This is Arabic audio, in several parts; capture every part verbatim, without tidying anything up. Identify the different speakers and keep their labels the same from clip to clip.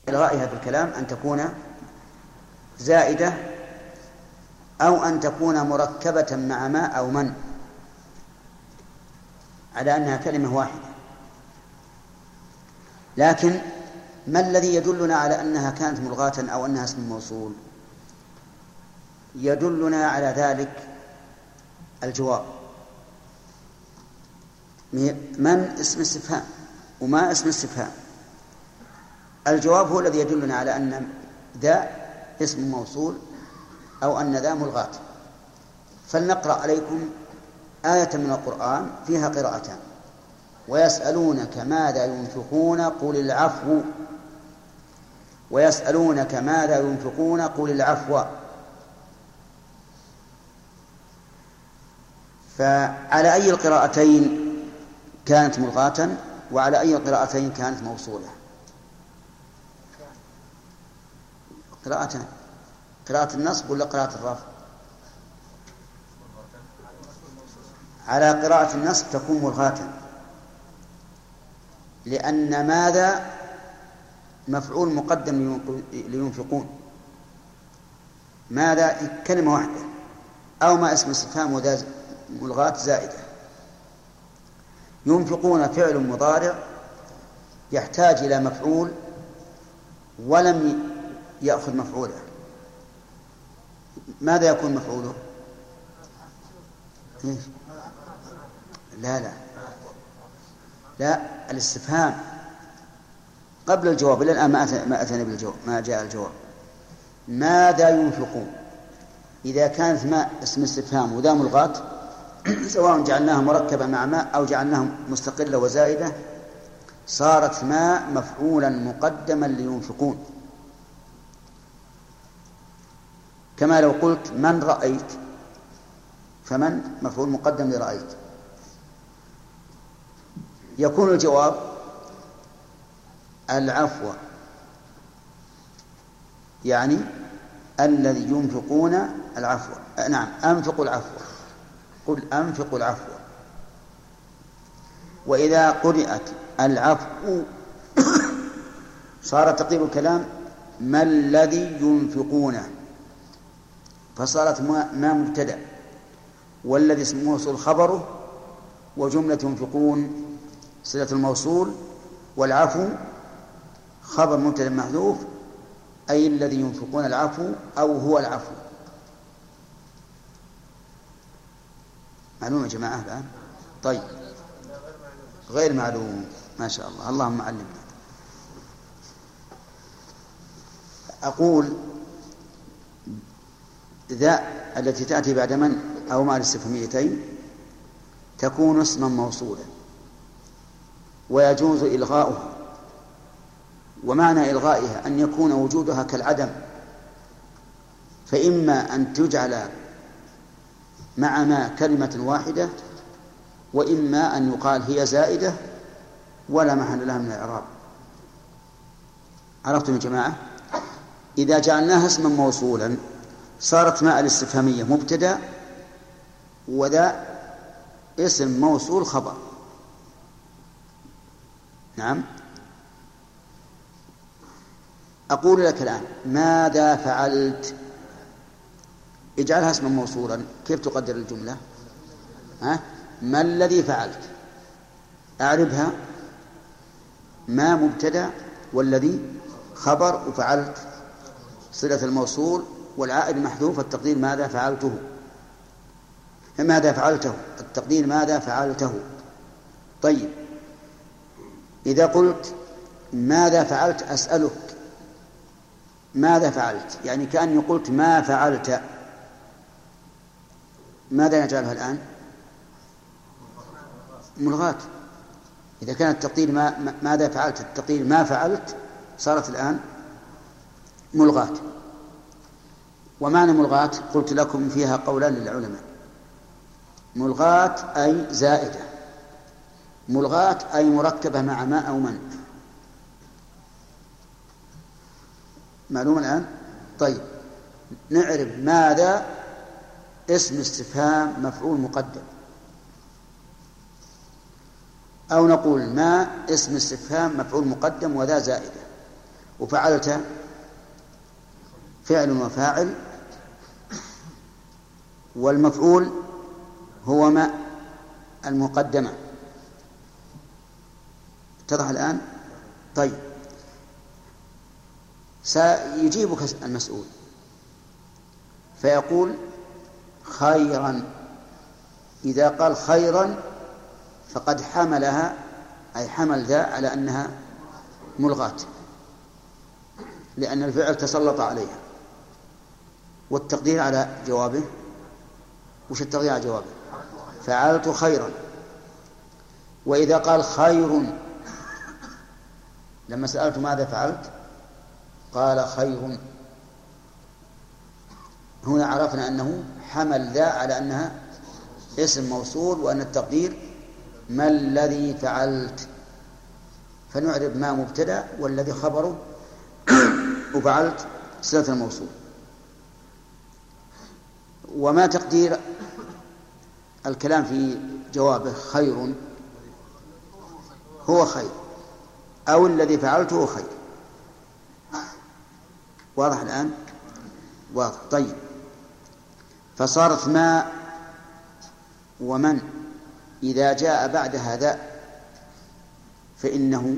Speaker 1: إلغائها في الكلام أن تكون زائدة أو أن تكون مركبة مع ما أو من، على أنها كلمة واحدة. لكن ما الذي يدلنا على أنها كانت ملغاة أو أنها اسم موصول؟ يدلنا على ذلك الجواب. من اسم استفهام وما اسم استفهام. الجواب هو الذي يدلنا على أن ذا اسم موصول أو أن ذا ملغاة. فلنقرأ عليكم آية من القرآن فيها قراءتان: ويسألونك ماذا ينفقون قل العفو، ويسألونك ماذا ينفقون قل العفو. فعلى أي القراءتين كانت ملغاة وعلى أي القراءتين كانت موصولة؟ قراءتان: قراءة النصب ولا قراءة الرفع؟ على قراءة النصب تكون ملغاة، لأن ماذا مفعول مقدم لينفقون، ماذا كلمة واحدة، أو ما اسم استفهام وذا ملغاة زائدة. ينفقون فعل مضارع يحتاج إلى مفعول ولم يأخذ مفعوله، ماذا يكون مفعوله؟ لا لا لا الاستفهام قبل الجواب. إلى الآن ما أتني بالجواب، ما جاء الجواب. ماذا ينفقون إذا كانت ما اسم استفهام وذا ملغاة سواء جعلناها مركبة مع ما أو جعلناها مستقلة وزائدة صارت ما مفعولا مقدما لينفقون. كما لو قلت من رأيت، فمن مفعول مقدم لرأيت. يكون الجواب العفو، يعني الذي ينفقون العفو. نعم، أنفقوا العفو، قل أنفقوا العفو. وإذا قرأت العفو صار تقدير الكلام ما الذي ينفقونه، فصارت ما مبتدأ والذي اسم موصول خبره، وجملة ينفقون صلة الموصول، والعفو خبر مبتدأ محذوف أي الذي ينفقون العفو أو هو العفو. معلوم يا جماعة الآن؟ طيب، غير معلوم. ما شاء الله، اللهم علمنا. أقول ذا التي تأتي بعد من أو مع الاستفهاميتين تكون اسما موصولا ويجوز إلغاؤها. ومعنى إلغائها أن يكون وجودها كالعدم، فإما أن تجعل مع ما كلمة واحدة، وإما أن يقال هي زائدة ولا محل لها من الإعراب. عرفتم يا جماعة؟ إذا جعلناها اسما موصولا صارت ماء الاستفهامية مبتدأ وذا اسم موصول خبر. نعم. أقول لك الآن ماذا فعلت، اجعلها اسما موصولا، كيف تقدر الجملة؟ ها؟ ما الذي فعلت، أعربها ما مبتدأ والذي خبر، وفعلت صلة الموصول والعائد محذوف، التقدير ماذا فعلته، ماذا فعلته التقدير ماذا فعلته. طيب، إذا قلت ماذا فعلت أسألك ماذا فعلت، يعني كأني قلت ما فعلت، ماذا نجعلها الآن؟ ملغاة. إذا كان التقدير ما ماذا فعلت التقدير ما فعلت صارت الآن ملغاة. ومعنى ملغاة قلت لكم فيها قولان للعلماء: ملغاة أي زائدة، ملغاة أي مركبة مع ما أو من. معلوم الآن؟ طيب، نعرف ماذا اسم استفهام مفعول مقدم، أو نقول ما اسم استفهام مفعول مقدم وذا زائدة، وفعلت فعل وفاعل، والمفعول هو ما المقدمة. اتضح الآن؟ طيب، سيجيبك المسؤول فيقول خيرا. إذا قال خيرا فقد حملها، أي حمل ذا على أنها ملغاة، لأن الفعل تسلط عليها. والتقدير على جوابه، وش التقدير على جوابه؟ فعلت خيرا. وإذا قال خير، لما سألت ماذا فعلت قال خير، هنا عرفنا أنه حمل ذا على أنها اسم موصول، وأن التقدير ما الذي فعلت، فنعرب ما مبتدأ والذي خبره وفعلت صلة الموصول. وما تقدير الكلام في جوابه خير هو خير، أو الذي فعلته خير. واضح الآن؟ واضح. طيب، فصارت ما ومن إذا جاء بعد هذا فإنه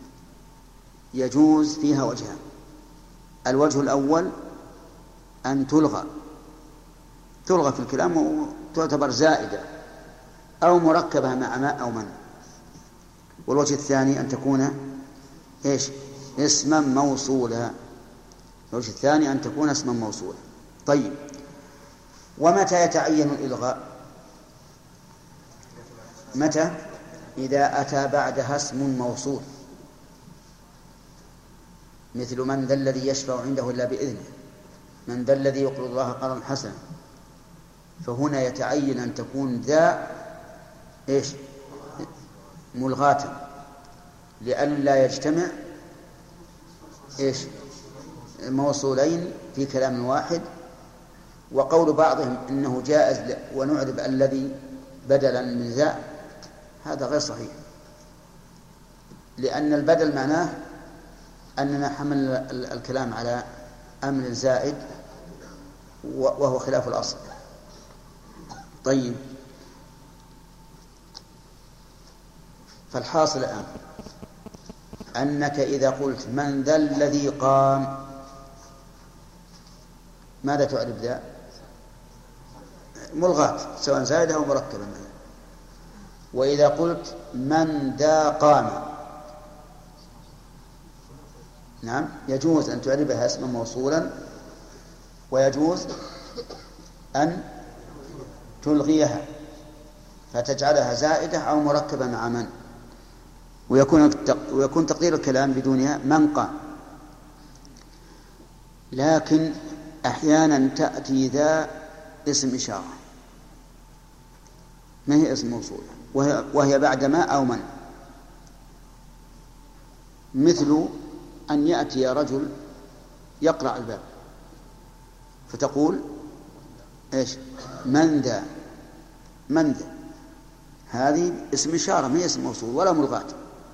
Speaker 1: يجوز فيها وجهان. الوجه الأول أن تلغى تلغى في الكلام وتعتبر زائدة أو مركبة مع ما أو من. والوجه الثاني أن تكون إيش؟ اسما موصولا. الوجه الثاني أن تكون اسما موصولا. طيب، ومتى يتعين الإلغاء؟ متى؟ إذا أتى بعدها اسم موصول، مثل من ذا الذي يشفع عنده إلا بإذنه، من ذا الذي يقرض الله قرضا حسنا. فهنا يتعين أن تكون ذا إيش؟ ملغاة، لئلا يجتمع إيش؟ موصولين في كلام واحد. وقول بعضهم إنه جائز ونعرب الذي بدلا من ذا، هذا غير صحيح، لأن البدل معناه أننا حمل الكلام على أمر زائد وهو خلاف الأصل. طيب، فالحاصل الآن أنك إذا قلت من ذا الذي قام، ماذا تعرف ذا؟ ملغاة، سواء زائدة أو مركبة. وإذا قلت من ذا قام، نعم، يجوز أن تعربها اسما موصولا، ويجوز أن تلغيها فتجعلها زائدة أو مركبة مع من، ويكون ويكون تقدير الكلام بدونها من قام. لكن أحيانا تأتي ذا اسم إشارة ما هي اسم موصول، وهي, وهي بعد ما أو من، مثل أن يأتي رجل يقرع الباب فتقول إيش؟ من ذا، من ذا، هذه اسم إشارة ما هي اسم موصول ولا ملغاة.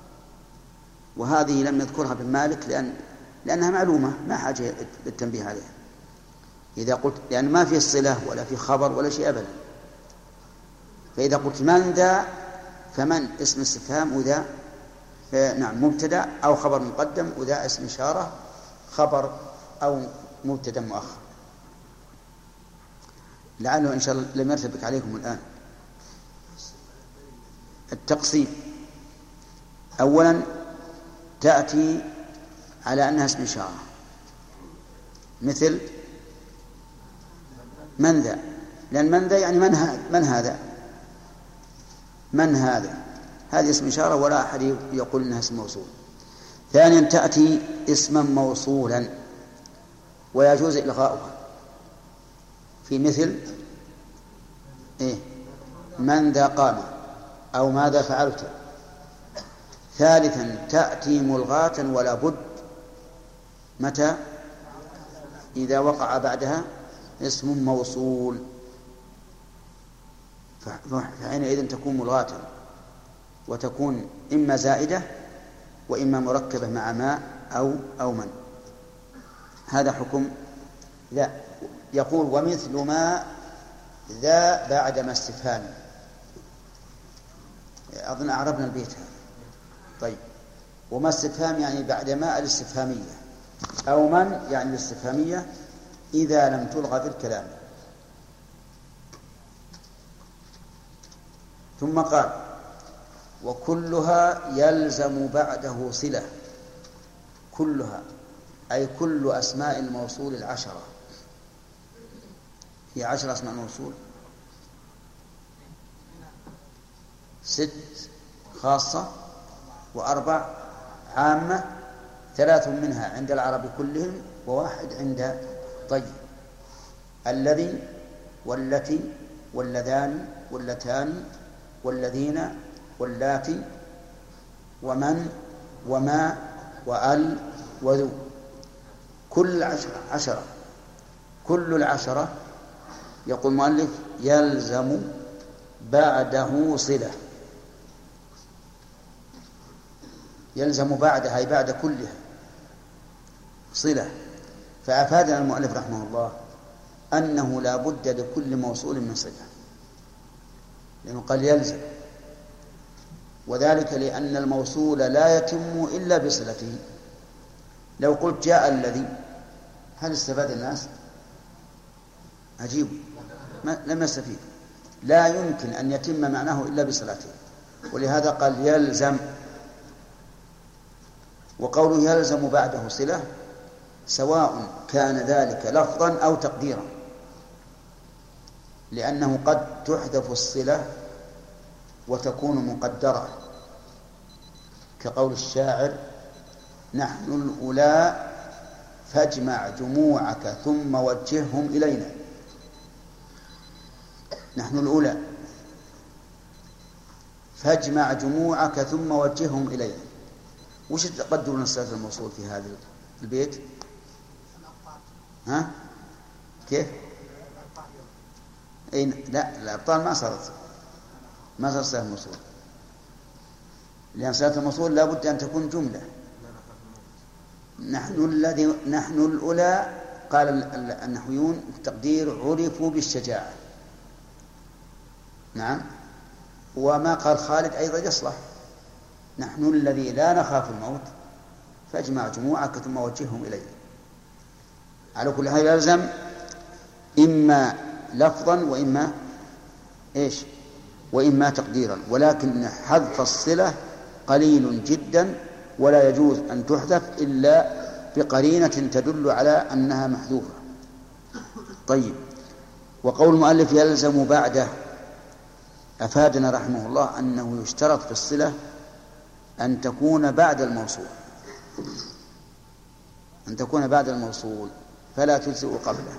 Speaker 1: وهذه لم يذكرها ابن مالك لأن لأنها معلومة ما حاجة للتنبيه عليها. إذا قلت لأن ما في الصلة ولا في خبر ولا شيء أبدا، فإذا قلت من ذا فمن اسم استفهام، وذا نعم مبتدأ أو خبر مقدم، وذا اسم إشارة خبر أو مبتدأ مؤخر. لعله إن شاء الله لم يرتبك عليكم الآن. التقسيم أولا تأتي على أنها اسم إشارة، مثل من ذا، لأن من ذا يعني من هذا، من هذا من هذا هذه اسم إشارة ولا أحد يقول إنها اسم موصول. ثانيا تأتي اسما موصولا ويجوز إلغاؤها في مثل إيه؟ من ذا قام أو ماذا فعلت. ثالثا تأتي ملغاة ولا بد، متى؟ إذا وقع بعدها اسم موصول، فحينئذ تكون ملغاة وتكون إما زائدة وإما مركبة مع ما أو أو من. هذا حكم لا. يقول ومثل ما ذا بعد ما استفهام. أظن أعربنا البيت هذا. طيب وما استفهام يعني بعد ما الاستفهامية، أو من يعني الاستفهامية إذا لم تلغى في الكلام. ثم قال وكلها يلزم بعده صلة. كلها أي كل أسماء الموصول العشرة. هي عشر أسماء الموصول، ست خاصة وأربع عامة، ثلاث منها عند العرب كلهم وواحد عند طيب. الذي والتي واللذان واللتان والذين واللاتي ومن وما وأل وذو. كل عشرة عشرة كل العشرة يقول المؤلف يلزم بعده صلة. يلزم بعدها أي بعد كلها صلة. فأفادنا المؤلف رحمه الله أنه لا بد لكل موصول من صلة، لأنه قال يلزم، وذلك لأن الموصول لا يتم إلا بصلته. لو قلت جاء الذي، هل استفاد الناس؟ عجيب، لم يستفيد. لا يمكن أن يتم معناه إلا بصلته، ولهذا قال يلزم. وقوله يلزم بعده صلة سواء كان ذلك لفظا أو تقديرا، لأنه قد تحذف الصلة وتكون مقدرة، كقول الشاعر نحن الأولى فاجمع جموعك ثم وجههم إلينا. نحن الأولى فاجمع جموعك ثم وجههم إلينا. وش تقدرون الصلة الموصول في هذا البيت؟ ها؟ كيف؟ أي لا، الأبطال ما صارت ما صارت صلة الموصول، لأن صلة الموصول لا بد أن تكون جملة. نحن الذي نحن الأولى قال النحويون التقدير عرفوا بالشجاعة. نعم. وما قال خالد أيضا يصلح، نحن الذي لا نخاف الموت فاجمع جموعك ثم وجههم إليه. على كل حال يلزم إما لفظا وإما إيش وإما تقديرا، ولكن حذف الصلة قليل جدا، ولا يجوز أن تحذف إلا بقرينة تدل على أنها محذوفة. طيب، وقول المؤلف يلزم بعده أفادنا رحمه الله أنه يشترط في الصلة أن تكون بعد الموصول، أن تكون بعد الموصول فلا تجزئ قبله.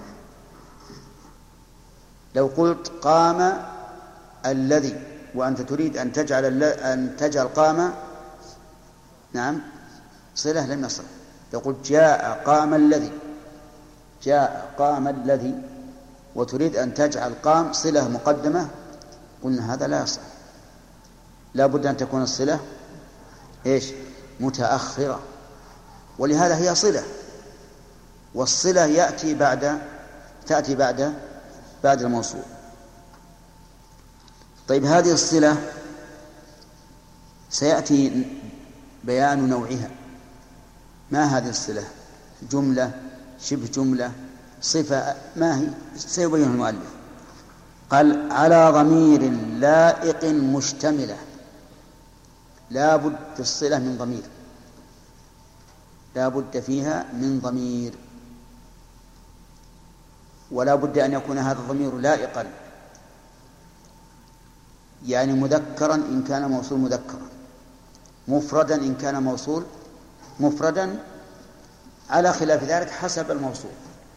Speaker 1: لو قلت قام الذي وأنت تريد أن تجعل أن تجعل قام نعم صلة لم يصل. لو قلت جاء قام الذي، جاء قام الذي وتريد أن تجعل قام صلة مقدمة، قلنا هذا لا يصح، لا بد أن تكون الصلة إيش متأخرة، ولهذا هي صلة، والصلة يأتي بعد تأتي بعد بعد الموصول. طيب، هذه الصلة سيأتي بيان نوعها. ما هذه الصلة؟ جملة، شبه جملة، صفة، ما هي؟ سيبين المؤلف. قال على ضمير لائق مشتملة. لا بد الصلة من ضمير، لا بد فيها من ضمير، ولا بد أن يكون هذا الضمير لائقا، يعني مذكرا إن كان موصول مذكرا، مفردا إن كان موصول مفردا، على خلاف ذلك حسب الموصول.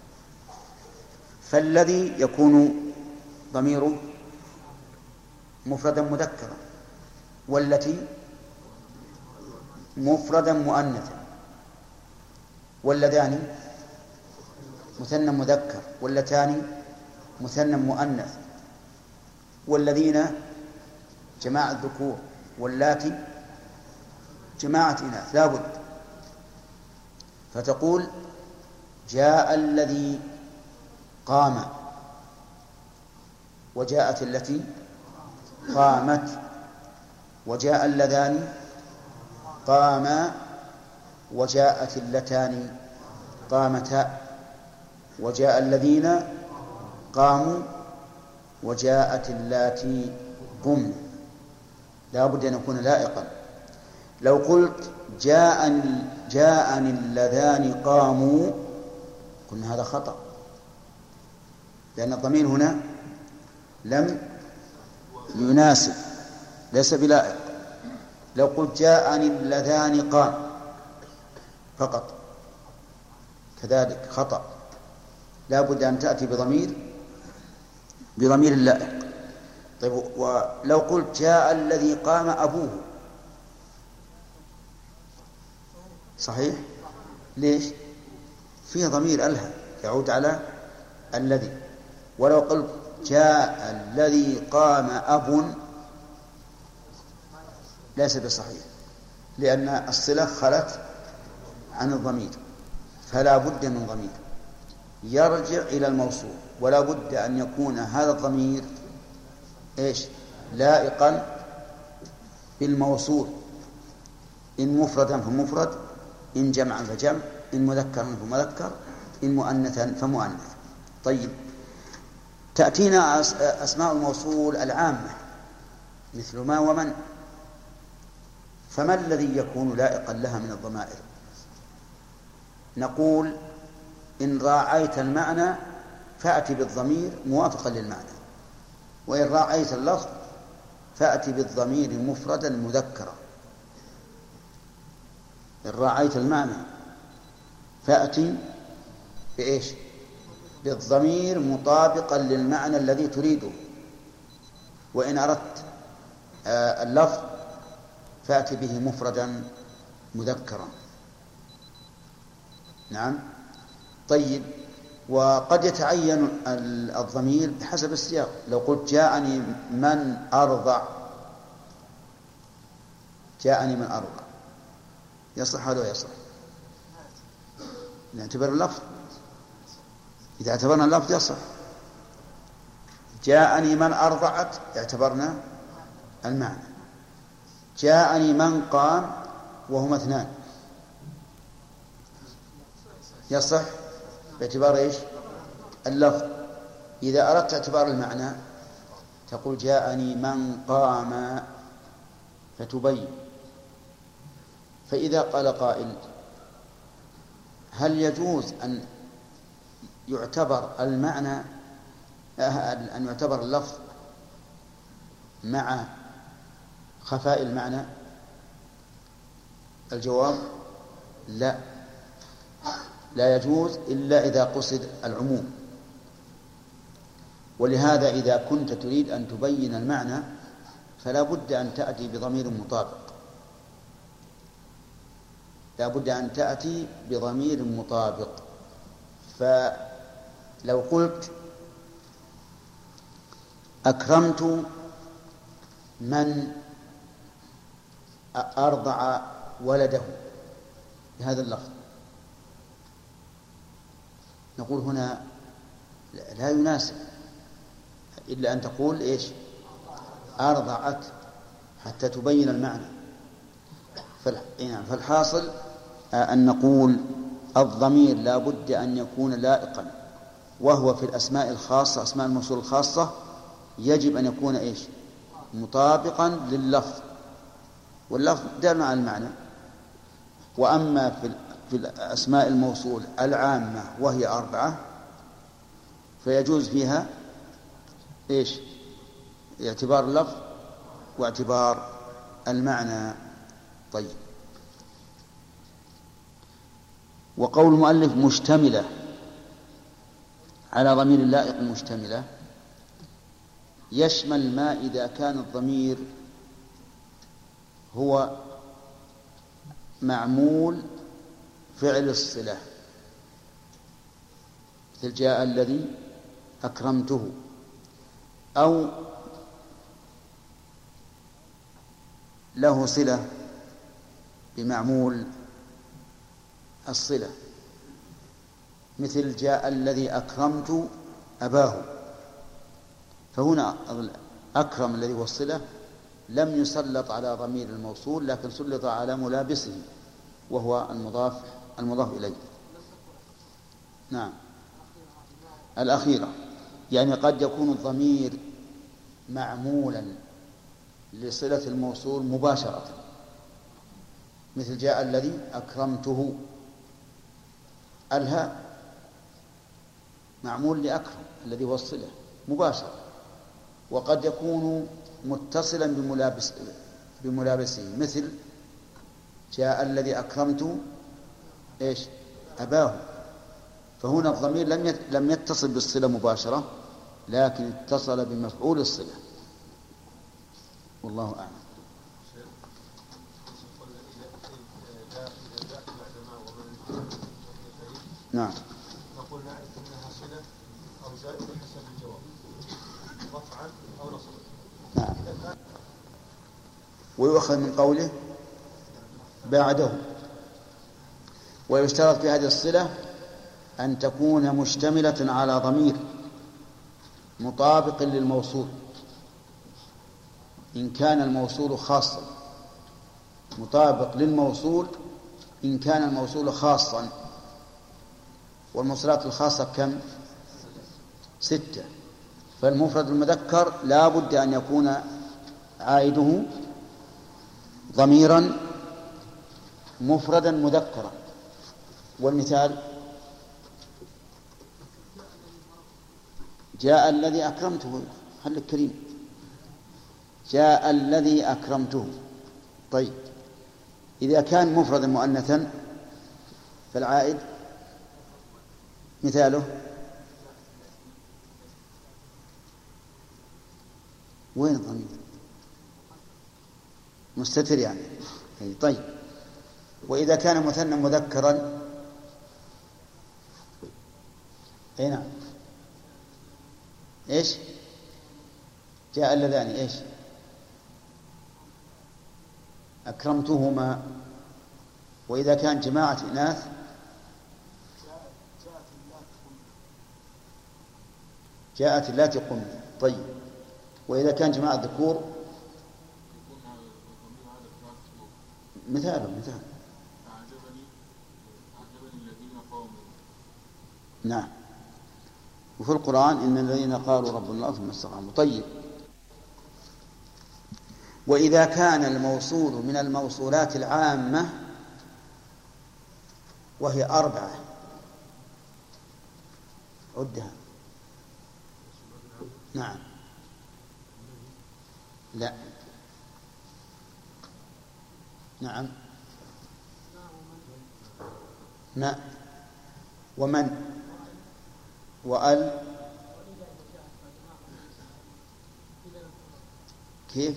Speaker 1: فالذي يكون ضميره مفردا مذكرا، والتي مفردا مؤنثا، واللذان مثنى مذكر، واللتان مثنى مؤنث، والذين جماعة ذكور، واللاتي جماعة إناث. لا بد. فتقول جاء الذي قام، وجاءت التي قامت، وجاء اللذان قاما، وجاءت اللتان قامتا، وجاء الذين قاموا، وجاءت اللاتي قمن. لا بد أن يكون لائقا. لو قلت جاءني جاءني اللذان قاموا قلنا هذا خطأ، لأن الضمير هنا لم يناسب، ليس بلائق. لو قلت جاءني اللذان قام فقط كذلك خطأ، لا بد أن تأتي بضمير بضمير اللائق. طيب، ولو قلت جاء الذي قام أبوه صحيح؟ ليش؟ فيه ضمير ألها يعود على الذي. ولو قلت جاء الذي قام أب ليس بصحيح، لأن الصلة خلت عن الضمير، فلا بد من ضمير يرجع إلى الموصول، ولا بد أن يكون هذا الضمير إيش؟ لائقا بالموصول، إن مفردا فمفرد، إن جمعا فجمع، إن مذكرا فمذكر، إن مؤنثا فمؤنث. طيب، تأتينا أسماء الموصول العامة مثل ما ومن، فما الذي يكون لائقا لها من الضمائر؟ نقول إن راعيت المعنى فأتي بالضمير موافقا للمعنى، وإن راعيت اللفظ فأتي بالضمير مفردا مذكرا. إن راعيت المعنى فأتي بإيش؟ بالضمير مطابقا للمعنى الذي تريده. وإن أردت اللفظ فأتي به مفردا مذكرا. نعم. طيب، وقد يتعين الضمير بحسب السياق. لو قلت جاءني من أرضع، جاءني من أرضع، يصح هذا ويصح؟ نعتبر اللفظ، إذا اعتبرنا اللفظ يصح. جاءني من أرضعت اعتبرنا المعنى. جاءني من قام وهما اثنان يصح باعتبار إيش؟ اللفظ. إذا أردت اعتبار المعنى تقول جاءني من قام فتبين. فإذا قال قائل هل يجوز أن يعتبر المعنى أن يعتبر اللفظ مع خفاء المعنى؟ الجواب لا، لا يجوز إلا إذا قصد العموم. ولهذا إذا كنت تريد أن تبين المعنى فلا بد أن تأتي بضمير مطابق، لا بد أن تأتي بضمير مطابق. فلو قلت أكرمت من أرضع ولده بهذا اللفظ، نقول هنا لا يناسب إلا أن تقول إيش؟ أرضعت، حتى تبين المعنى. فالحاصل أن نقول الضمير لا بد أن يكون لائقا، وهو في الأسماء الخاصة، أسماء الموصول الخاصة يجب أن يكون إيش؟ مطابقا لللفظ، واللفظ دال على المعنى. وأما في في الأسماء الموصول العامة وهي أربعة فيجوز فيها إيش؟ اعتبار اللفظ واعتبار المعنى. طيب، وقول المؤلف مشتملة على ضمير اللائق مشتملة يشمل ما إذا كان الضمير هو معمول فعل الصلة، مثل جاء الذي أكرمته، أو له صلة بمعمول الصلة. مثل جاء الذي أكرمت أباه، فهنا أكرم الذي هو الصلة لم يسلط على ضمير الموصول، لكن سلط على ملابسه وهو المضاف المضاف إليه. نعم الأخيرة، يعني قد يكون الضمير معمولا لصلة الموصول مباشرة، مثل جاء الذي أكرمته، الهاء معمول لأكرم الذي هو الصلة مباشرة، وقد يكون متصلا بملابس بملابسه، مثل جاء الذي أكرمت إيش أباه، فهنا الضمير لم لم يتصل بالصلة مباشرة، لكن اتصل بمفعول الصلة، والله أعلم. نعم
Speaker 2: نقول نعرف أنها صلة أو زائد حسب الجواب، رفعا أو نصبا.
Speaker 1: نعم. ويؤخذ من قوله بعده. ويشترط في هذه الصلة أن تكون مشتملة على ضمير مطابق للموصول، إن كان الموصول خاصا، مطابق للموصول إن كان الموصول خاصا. والموصولات الخاصة كم؟ ستة. فالمفرد المذكر لا بد أن يكون عائده ضميرا مفردا مذكرا. والمثال جاء الذي أكرمته، خليك كريم، جاء الذي أكرمته. طيب إذا كان مفردا مؤنثا فالعائد مثاله وين الضمير؟ مستتر يعني. طيب وإذا كان مثنى مذكرا أي نعم إيش؟ جاء اللذان إيش؟ أكرمتهما. وإذا كان جماعة إناث جاءت اللاتي قمن. طيب وإذا كان جماعة ذكور مثال مثال نعم. وفي القرآن إن الذين قالوا ربنا الله ثم استقاموا. طيب وإذا كان الموصول من الموصولات العامة وهي أربعة عدها. نعم لا نعم ما ومن وأل كيف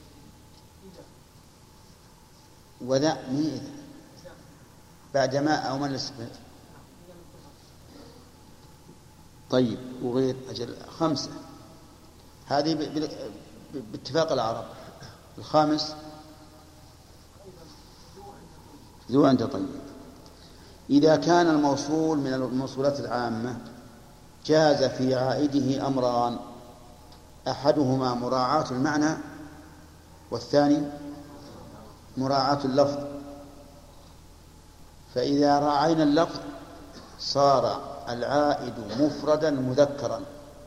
Speaker 1: وذا من إذا بعد ما أو من الصفات. طيب وغير أجل خمسة هذه باتفاق العرب. الخامس ذو أنت. طيب إذا كان الموصول من الموصولات العامة جاز في عائده أمران، أحدهما مراعاة المعنى والثاني مراعاة اللفظ. فإذا راعينا اللفظ صار العائد مفردا مذكرا،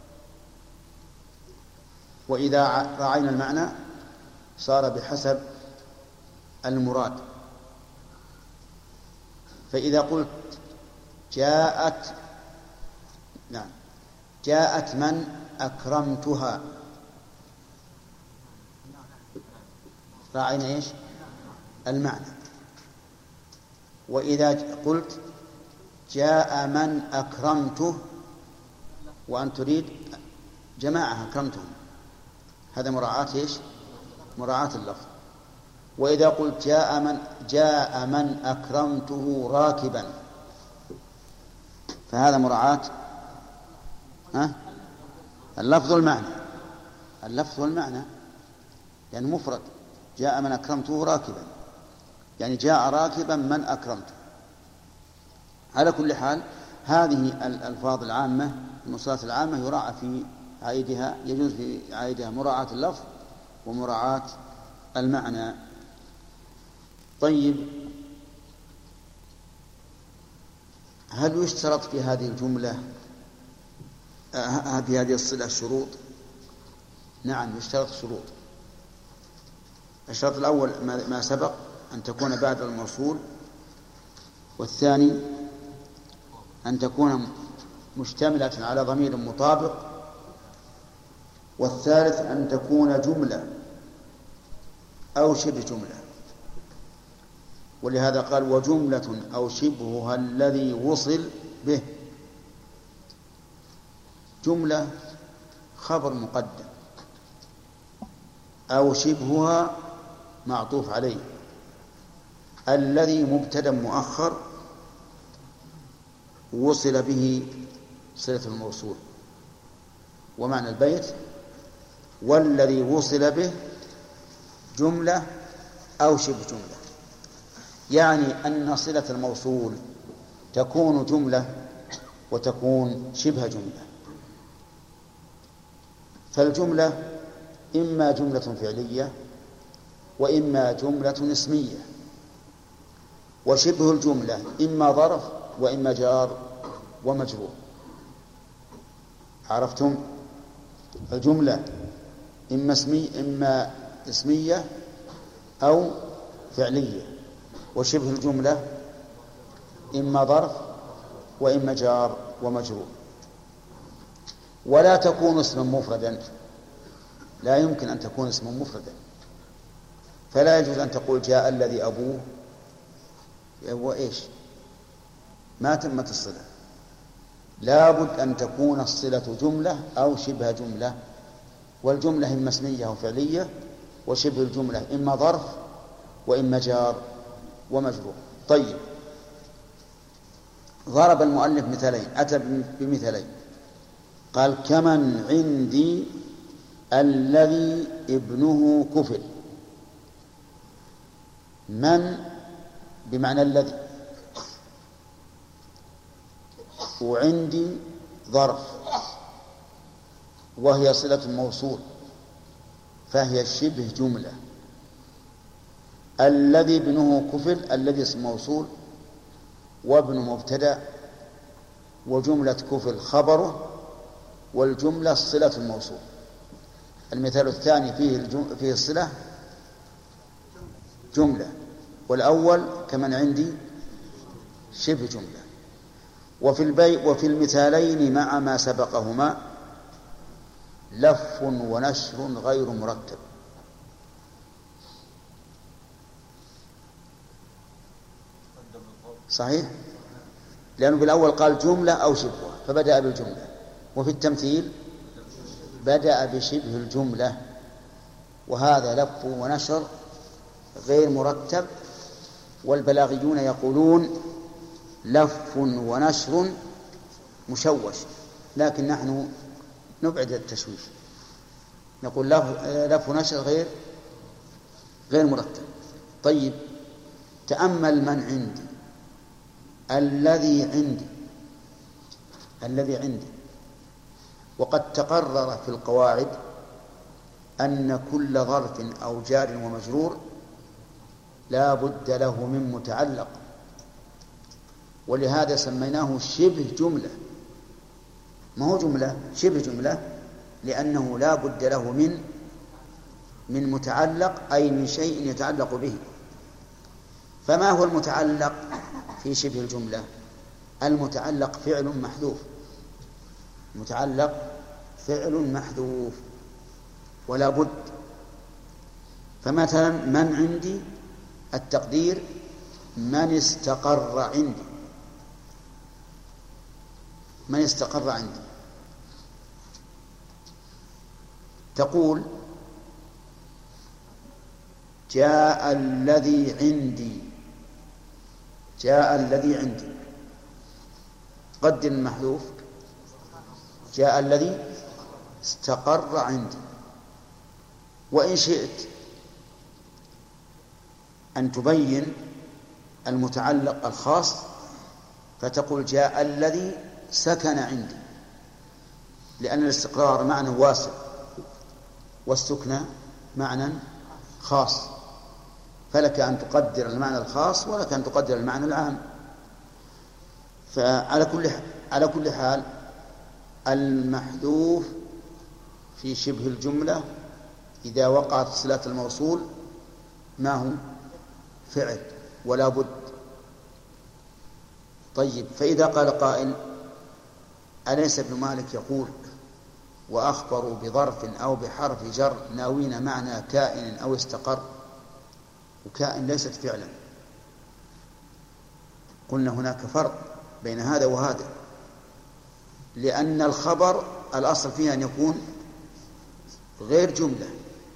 Speaker 1: وإذا راعينا المعنى صار بحسب المراد. فإذا قلت جاءت نعم جاءت من أكرمتها راعينا إيش المعنى. وإذا قلت جاء من أكرمته وأن تريد جماعة أكرمتهم هذا مراعاة إيش مراعاة اللفظ. وإذا قلت جاء من جاء من أكرمته راكبا فهذا مراعاة ها اللفظ والمعنى اللفظ والمعنى يعني مفرد. جاء من أكرمته راكبا يعني جاء راكبا من أكرمته. على كل حال هذه الألفاظ العامة المصطلحات العامة يراعى في عائدها، يجوز في عائدها مراعاة اللفظ ومراعاة المعنى. طيب، هل يشترط في هذه الجملة في هذه الصلة شروط؟ نعم، يشترط شروط. الشرط الأول ما سبق أن تكون بعد الموصول، والثاني أن تكون مشتملة على ضمير مطابق، والثالث أن تكون جملة أو شبه جملة. ولهذا قال وجملة أو شبهها الذي وصل به. جملة خبر مقدم، أو شبهها معطوف عليه، الذي مبتدأ مؤخر وصل به صلة الموصول. ومعنى البيت والذي وصل به جملة أو شبه جملة، يعني أن صلة الموصول تكون جملة وتكون شبه جملة. فالجملة إما جملة فعلية وإما جملة اسمية، وشبه الجملة إما ظرف وإما جار ومجرور. عرفتم؟ الجملة إما اسمي إما اسمية أو فعلية، وشبه الجملة إما ظرف وإما جار ومجرور. ولا تكون اسما مفردا، لا يمكن أن تكون اسما مفردا، فلا يجوز أن تقول جاء الذي أبوه هو إيش؟ ما تمت الصلة. لا بد أن تكون الصلة جملة أو شبه جملة، والجملة إما اسمية أو فعلية، وشبه الجملة إما ظرف وإما جار ومجرور. طيب، ضرب المؤلف مثالين، أتى بمثالين، قال كمن عندي الذي ابنه كفل. من بمعنى الذي، وعندي ظرف وهي صلة موصول فهي شبه جملة. الذي ابنه كفل، الذي اسم موصول وابن مبتدأ، وجملة كفل خبره، والجملة صلة الموصول. المثال الثاني فيه الجم... فيه الصلة جملة، والأول كمن عندي شبه جملة. وفي البي... وفي المثالين مع ما سبقهما لف ونشر غير مرتب. صحيح؟ لأنه بالأول قال جملة أو شبهها فبدأ بالجملة، وفي التمثيل بدأ بشبه الجملة، وهذا لف ونشر غير مرتب. والبلاغيون يقولون لف ونشر مشوش، لكن نحن نبعد التشويش، نقول لف ونشر غير غير مرتب. طيب، تأمل من عندي، الذي عندي، الذي عندي. وقد تقرر في القواعد أن كل ظرف أو جار ومجرور لا بد له من متعلق، ولهذا سميناه شبه جملة. ما هو جملة، شبه جملة، لأنه لا بد له من من متعلق، أي من شيء يتعلق به. فما هو المتعلق في شبه الجملة؟ المتعلق فعل محذوف، متعلق فعل محذوف ولا بد. فمثلا من عندي التقدير من استقر عندي، من استقر عندي. تقول جاء الذي عندي، جاء الذي عندي، قدر المحذوف جاء الذي استقر عندي. وإن شئت أن تبين المتعلق الخاص فتقول جاء الذي سكن عندي، لأن الاستقرار معنى واسع والسكنى معنى خاص، فلك أن تقدر المعنى الخاص ولك أن تقدر المعنى العام. فعلى كل على كل حال المحذوف في شبه الجملة إذا وقعت صلة الموصول ما هو فعل ولا بد. طيب، فإذا قال قائل أليس ابن مالك يقول وأخبروا بظرف أو بحرف جر ناوين معنى كائن أو استقر، وكائن ليست فعلا؟ قلنا هناك فرق بين هذا وهذا، لأن الخبر الأصل فيه أن يكون غير جملة،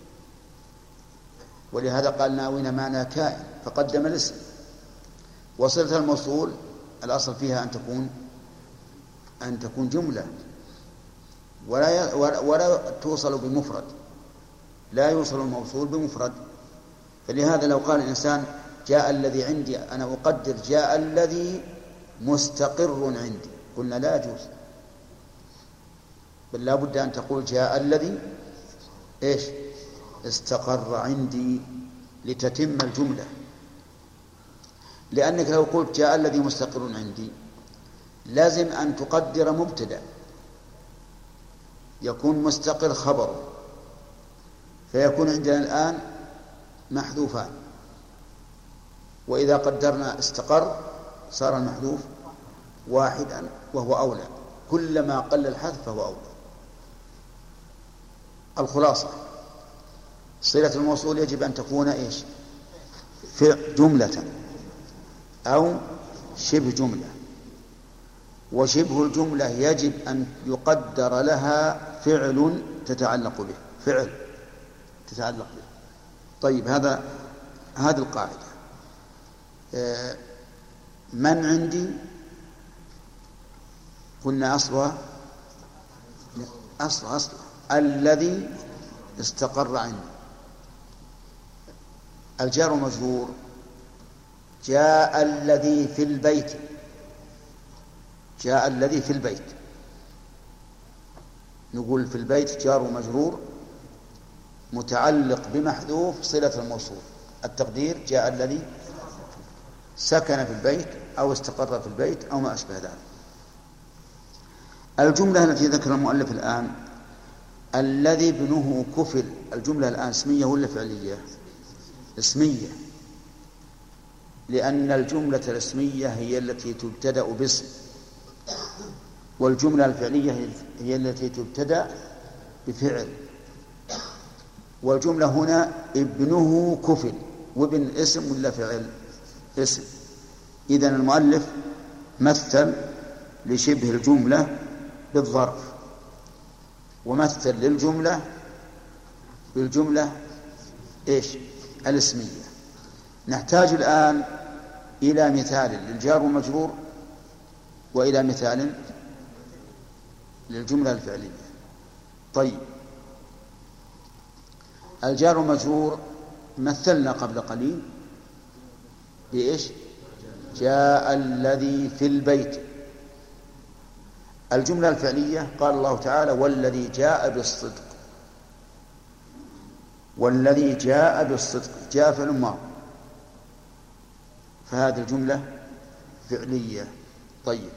Speaker 1: ولهذا قال ناوين معنى كائن فقدم الاسم. وصلة الموصول الأصل فيها أن تكون أن تكون جملة ولا ولا توصل بمفرد، لا يوصل الموصول بمفرد. فلهذا لو قال الإنسان جاء الذي عندي، أنا أقدر جاء الذي مستقر عندي، قلنا لا يجوز، بل لا بد أن تقول جاء الذي إيش استقر عندي لتتم الجملة. لأنك لو قلت جاء الذي مستقر عندي لازم أن تقدر مبتدأ يكون مستقر خبره، فيكون عندنا الآن محذوفان، وإذا قدرنا استقر صار المحذوف واحدا وهو أولى، كلما قل الحذف فهو أولى. الخلاصة صلة الموصول يجب أن تكون إيش؟ في جملة أو شبه جملة، وشبه الجملة يجب أن يقدر لها فعل تتعلق به، فعل تتعلق به. طيب، هذا هذه القاعدة. من عندي قلنا أصلها أصل أصل الذي استقر عندي. الجار مجرور جاء الذي في البيت، جاء الذي في البيت، نقول في البيت جار مجرور متعلق بمحذوف صلة الموصول، التقدير جاء الذي سكن في البيت أو استقر في البيت أو ما أشبه ذلك. الجملة التي ذكر المؤلف الآن الذي ابنه كفل، الجملة الآن اسمية ولا فعلية؟ اسمية، لأن الجملة الاسمية هي التي تبتدأ باسم، والجملة الفعلية هي التي تبتدأ بفعل. والجملة هنا ابنه كفل، وابن اسم ولا فعل؟ اسم. إذن المؤلف مثل لشبه الجملة بالظرف، ومثل للجملة بالجملة إيش؟ الاسمية. نحتاج الآن إلى مثال للجار والمجرور وإلى مثال للجملة الفعلية. طيب، الجار والمجرور مثلنا قبل قليل بإيش؟ جاء الذي في البيت. الجملة الفعلية قال الله تعالى والذي جاء بالصدق، والذي جاء بالصدق جاء فعل ماضي، فهذه الجملة فعلية. طيب،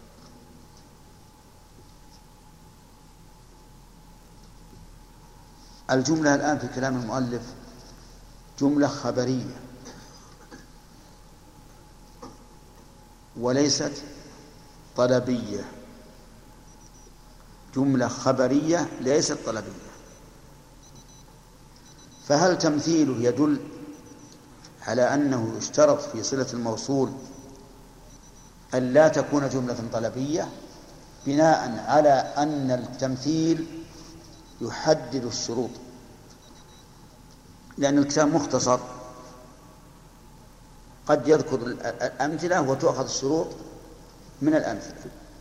Speaker 1: الجملة الآن في كلام المؤلف جملة خبرية وليست طلبية، جملة خبرية ليست طلبية. فهل تمثيله يدل على أنه يشترط في صلة الموصول أن لا تكون جملة طلبية، بناء على أن التمثيل يحدد الشروط، لأن الكتاب مختصر قد يذكر الأمثلة وتؤخذ الشروط من الأمثلة.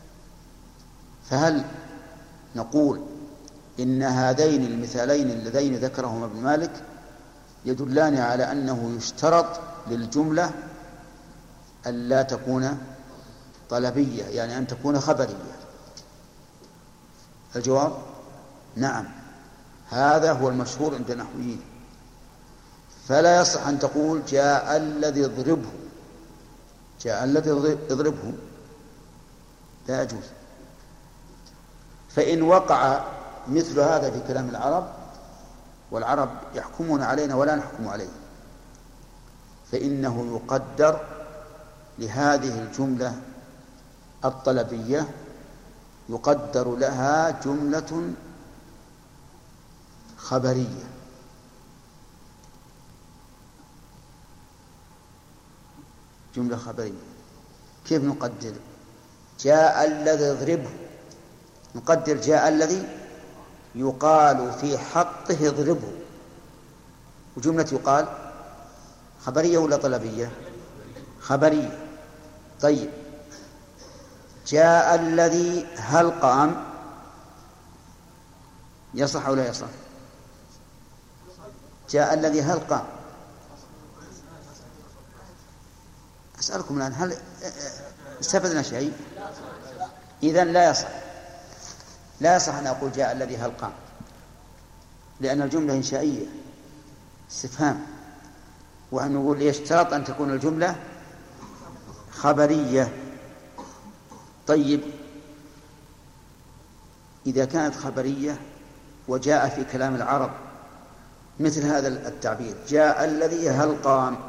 Speaker 1: فهل نقول إن هذين المثالين اللذين ذكرهما ابن مالك يدلان على أنه يشترط للجملة أن لا تكون طلبية، يعني أن تكون خبرية. الجواب نعم، هذا هو المشهور عند النحويين. فلا يصح أن تقول جاء الذي يضربه، جاء الذي يضربه، لا يجوز. فإن وقع مثل هذا في كلام العرب، والعرب يحكمون علينا ولا نحكم عليه، فإنه يقدر لهذه الجملة الطلبية، يقدر لها جملة خبرية. جملة خبرية كيف نقدر؟ جاء الذي يضربه، نقدر جاء الذي يقال في حقه اضربه، وجملة يقال خبرية ولا طلبية؟ خبرية. طيب جاء الذي هل قام، يصح أو لا يصح؟ جاء الذي هل قام. أسألكم الآن هل استفدنا شيء؟ إذن لا يصح، لا يصح أن أقول جاء الذي هل قام، لأن الجملة إنشائية استفهام، وأن نقول يشترط أن تكون الجملة خبرية. طيب إذا كانت خبرية وجاء في كلام العرب مثل هذا التعبير جاء الذي هل قام،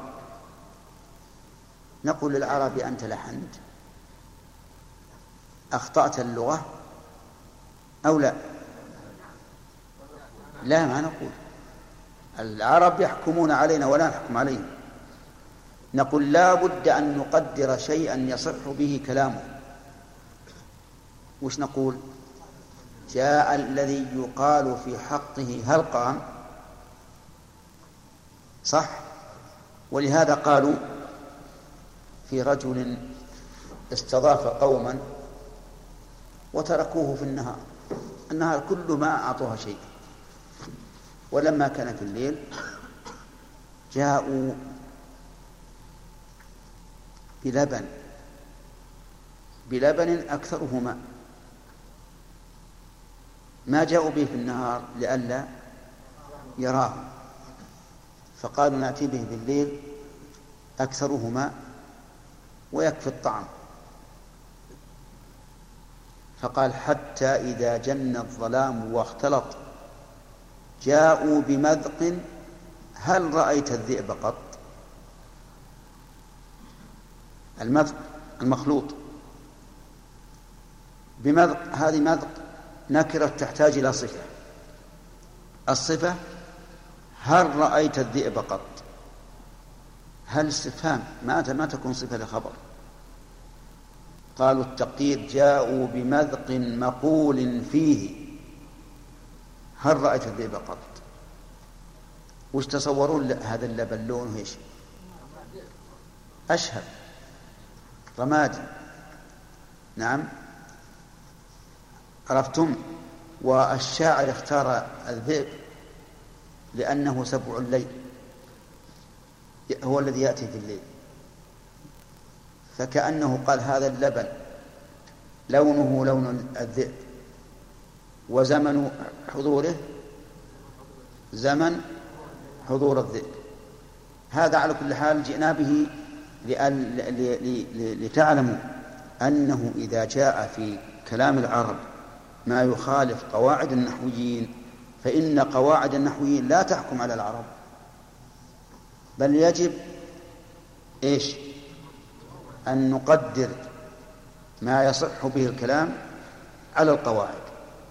Speaker 1: نقول للعرب أنت لحنت، أخطأت اللغة أو لا؟ لا، ما نقول. العرب يحكمون علينا ولا نحكم عليهم. نقول لا بد أن نقدر شيئا يصح به كلامه. وش نقول؟ جاء الذي يقال في حقه هل قام، صح؟ ولهذا قالوا في رجل استضاف قوما وتركوه في النهار، النهار كله ما أعطوها شيء، ولما كان في الليل جاءوا بلبن بلبن أكثره ماء، ما جاءوا به في النهار لئلا يراه، فقالوا نأتي به بالليل أكثره ماء ويكفي الطعام. فقال حتى إذا جن الظلام واختلط جاءوا بمذق هل رأيت الذئب قط. المذق المخلوط بمذق، هذه مذق نكرة تحتاج إلى صفة. الصفة هل رأيت الذئب قط، هل استفهام ما ما تكون صفة لخبر. قالوا التقدير جاءوا بمذق مقول فيه هل رأيت الذئب قط. وش تصورون هذا اللبن لونه ايش؟ أشهب رمادي، نعم عرفتم. والشاعر اختار الذئب لأنه سبع الليل، هو الذي يأتي في الليل، فكأنه قال هذا اللبن لونه لون الذئب وزمن حضوره زمن حضور الذئب. هذا على كل حال جئنا به لتعلموا أنه إذا جاء في كلام العرب ما يخالف قواعد النحويين فإن قواعد النحويين لا تحكم على العرب، بل يجب إيش؟ أن نقدر ما يصح به الكلام على القواعد.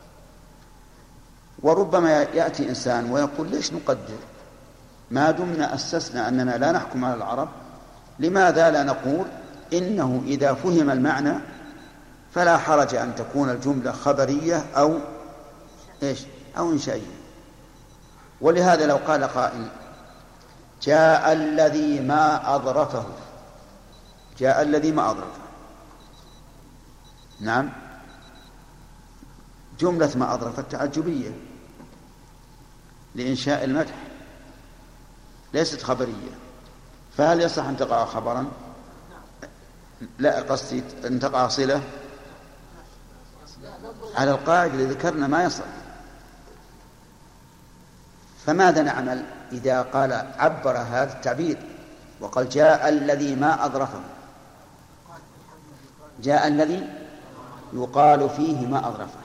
Speaker 1: وربما يأتي إنسان ويقول ليش نقدر ما دمنا أسسنا أننا لا نحكم على العرب، لماذا لا نقول إنه إذا فهم المعنى فلا حرج أن تكون الجملة خبرية أو إيش أو إنشائية. ولهذا لو قال قائل جاء الذي ما أظرفه، جاء الذي ما أظرفه، نعم جملة ما أظرفت تعجبية لإنشاء المدح ليست خبرية، فهل يصح أن تقع خبرا؟ لا قصدي أن تقع صلة على القاعدة اللي ذكرنا ما يصح. فماذا نعمل إذا قال عبر هذا التعبير وقال جاء الذي ما أظرفه؟ جاء الذي يقال فيه ما أظرفه.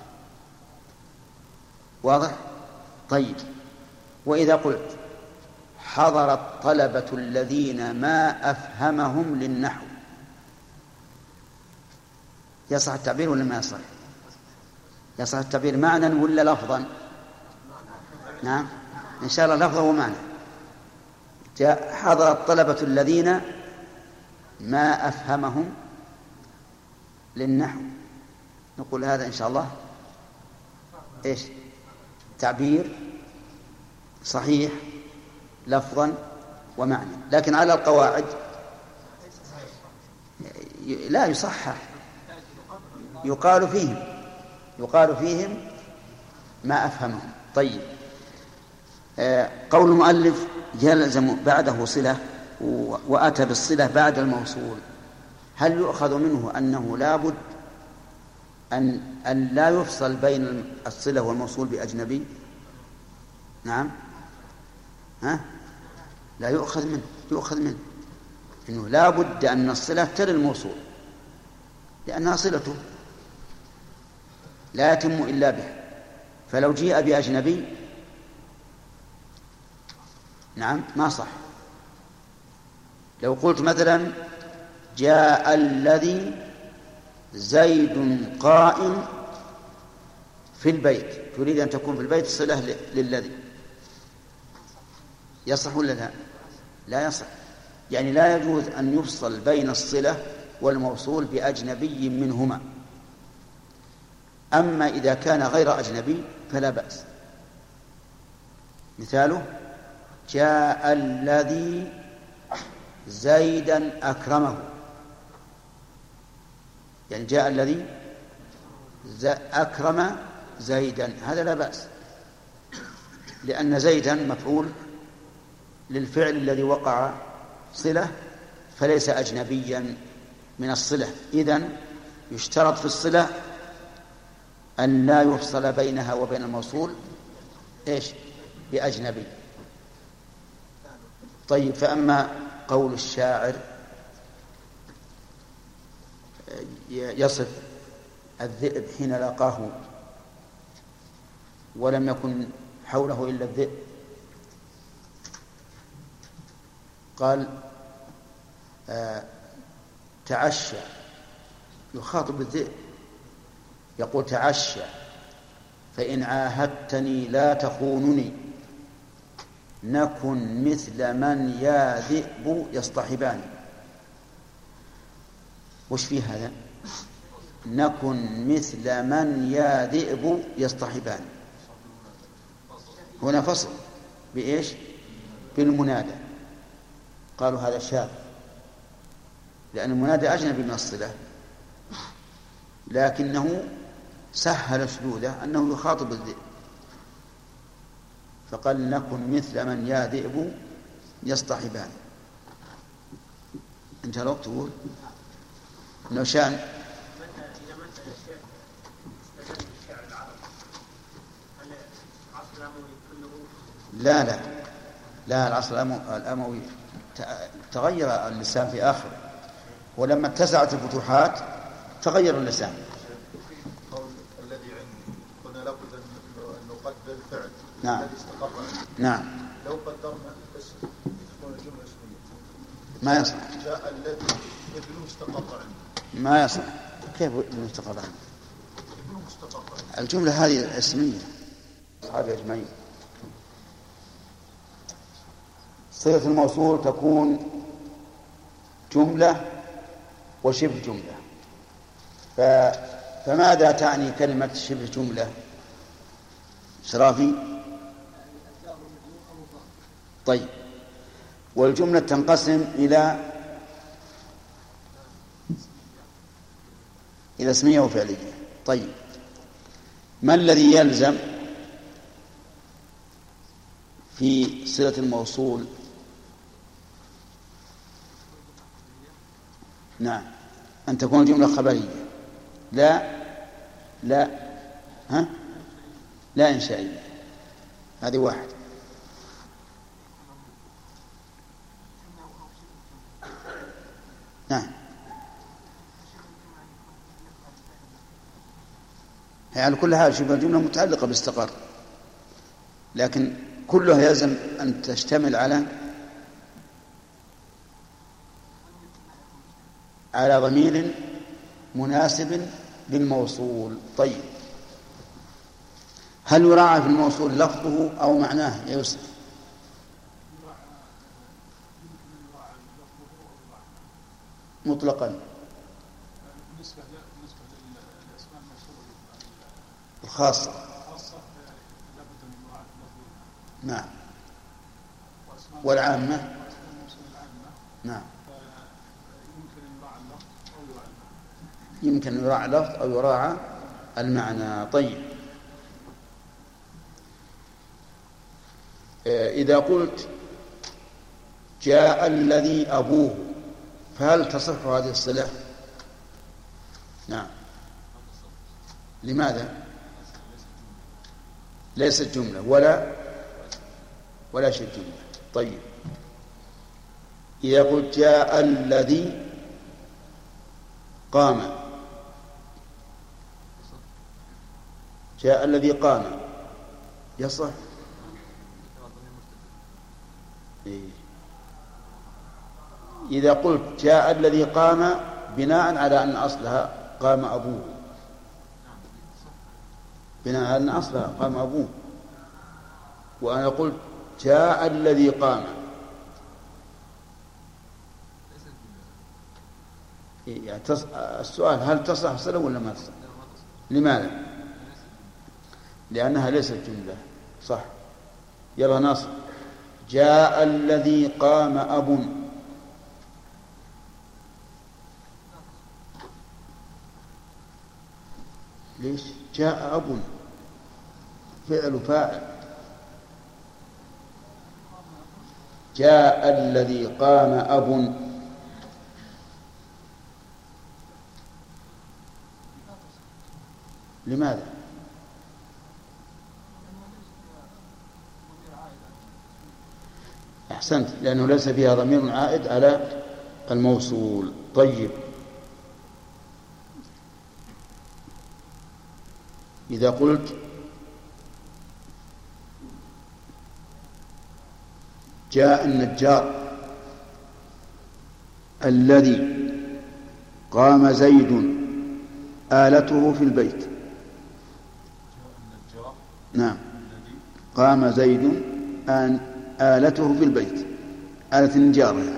Speaker 1: واضح؟ طيب، وإذا قلت حضر الطلبة الذين ما أفهمهم للنحو، يصح التعبير ولا ما يصح؟ يصح التعبير معنى ولا لفظا؟ نعم إن شاء الله لفظا ومعنى. جاء حضر الطلبة الذين ما أفهمهم للنحو، نقول هذا إن شاء الله إيش؟ تعبير صحيح لفظا ومعنى، لكن على القواعد لا يصحح، يقال فيهم يقال فيهم ما أفهمهم. طيب، قول المؤلف يلزم بعده صلة وأتى بالصلة بعد الموصول، هل يؤخذ منه أنه لا بد أن, أن لا يفصل بين الصلة والموصول بأجنبي؟ نعم، ها؟ لا يؤخذ منه يؤخذ منه إنه لا بد أن الصلة تلي الموصول لأنها صلته لا يتم إلا به. فلو جيء بأجنبي نعم ما صح. لو قلت مثلا جاء الذي زيد قائم في البيت، تريد أن تكون في البيت صلة للذي، يصح ولا لا؟ لا يصح. يعني لا يجوز أن يفصل بين الصلة والموصول بأجنبي منهما. أما إذا كان غير أجنبي فلا بأس. مثاله جاء الذي زيدا أكرمه، يعني جاء الذي أكرم زيدا، هذا لا بأس، لأن زيدا مفعول للفعل الذي وقع صلة فليس أجنبيا من الصلة. إذن يشترط في الصلة أن لا يفصل بينها وبين الموصول إيش؟ بأجنبي. طيب، فأما قول الشاعر يصف الذئب حين لاقاه ولم يكن حوله إلا الذئب، قال آه تعشى، يخاطب الذئب يقول تعشى فإن عاهدتني لا تخونني نكن مثل من يا ذئب يصطحبان. وش في هذا؟ نكن مثل من يا ذئب يصطحبان، هنا فصل بإيش؟ بالمنادى. قالوا هذا شاذ لأن المنادى أجنبي من الصلة، لكنه سهل شذوذه أنه يخاطب الذئب، فقال نكن مثل من يا ذئب يصطحبان. انت لو تقول انه شان لا لا لا العصر الأموي تغير اللسان في آخره، ولما اتسعت الفتوحات تغير اللسان.
Speaker 2: الذي عندي قلنا لابد أن نقدر الفعل
Speaker 1: نعم.
Speaker 2: الذي استقر عنه.
Speaker 1: نعم.
Speaker 2: لو قدرنا اسم تكون الجملة اسمية
Speaker 1: ما يصح.
Speaker 2: جاء الذي ابنه استقر عنه،
Speaker 1: ما يصح. كيف ابنه استقر عنه؟
Speaker 2: ابنه استقر عنه.
Speaker 1: الجملة هذه اسمية. أصحابي أجمعين. صلة الموصول تكون جملة وشبه جملة. ف... فماذا تعني كلمة شبه جملة؟ شرافي. طيب، والجملة تنقسم إلى إلى اسمية وفعلية. طيب، ما الذي يلزم في صلة الموصول؟ نعم أن تكون جملة خبرية. لا لا ها لا إنشائية. هذه واحد. نعم. هي على كل حال شبه الجملة متعلقة باستقر، لكن كلها يلزم أن تشتمل على على ضمير مناسب للموصول. طيب، هل يراعى في الموصول لفظه أو معناه يا يوسف؟ مطلقا الخاصة. نعم. والعامة. نعم. يمكن يراعى اللفظ أو يراعى المعنى. طيب، إذا قلت جاء الذي أبوه فهل تصح هذه الصلة؟ نعم. لماذا؟ ليست جملة ولا ولا شيء جملة. طيب، إذا قلت جاء الذي قام، جاء الذي قام يصح؟ إيه. إذا قلت جاء الذي قام بناء على أن أصلها قام أبوه، بناء على أن أصلها قام أبوه، وأنا قلت جاء الذي قام، يعني تص... السؤال هل تصح صلة ولا ما تصح؟ لماذا؟ لأنها ليست جملة. صح. يلا ناصر. جاء الذي قام أب. ليش؟ جاء أب فعل فاعل. جاء الذي قام أب. لماذا؟ أحسنت، لأنه ليس فيها ضمير عائد على الموصول. طيب، إذا قلت جاء النجار الذي قام زيد آلته في البيت. نعم. قام زيد آن آلته في البيت، آلة النجارة يعني.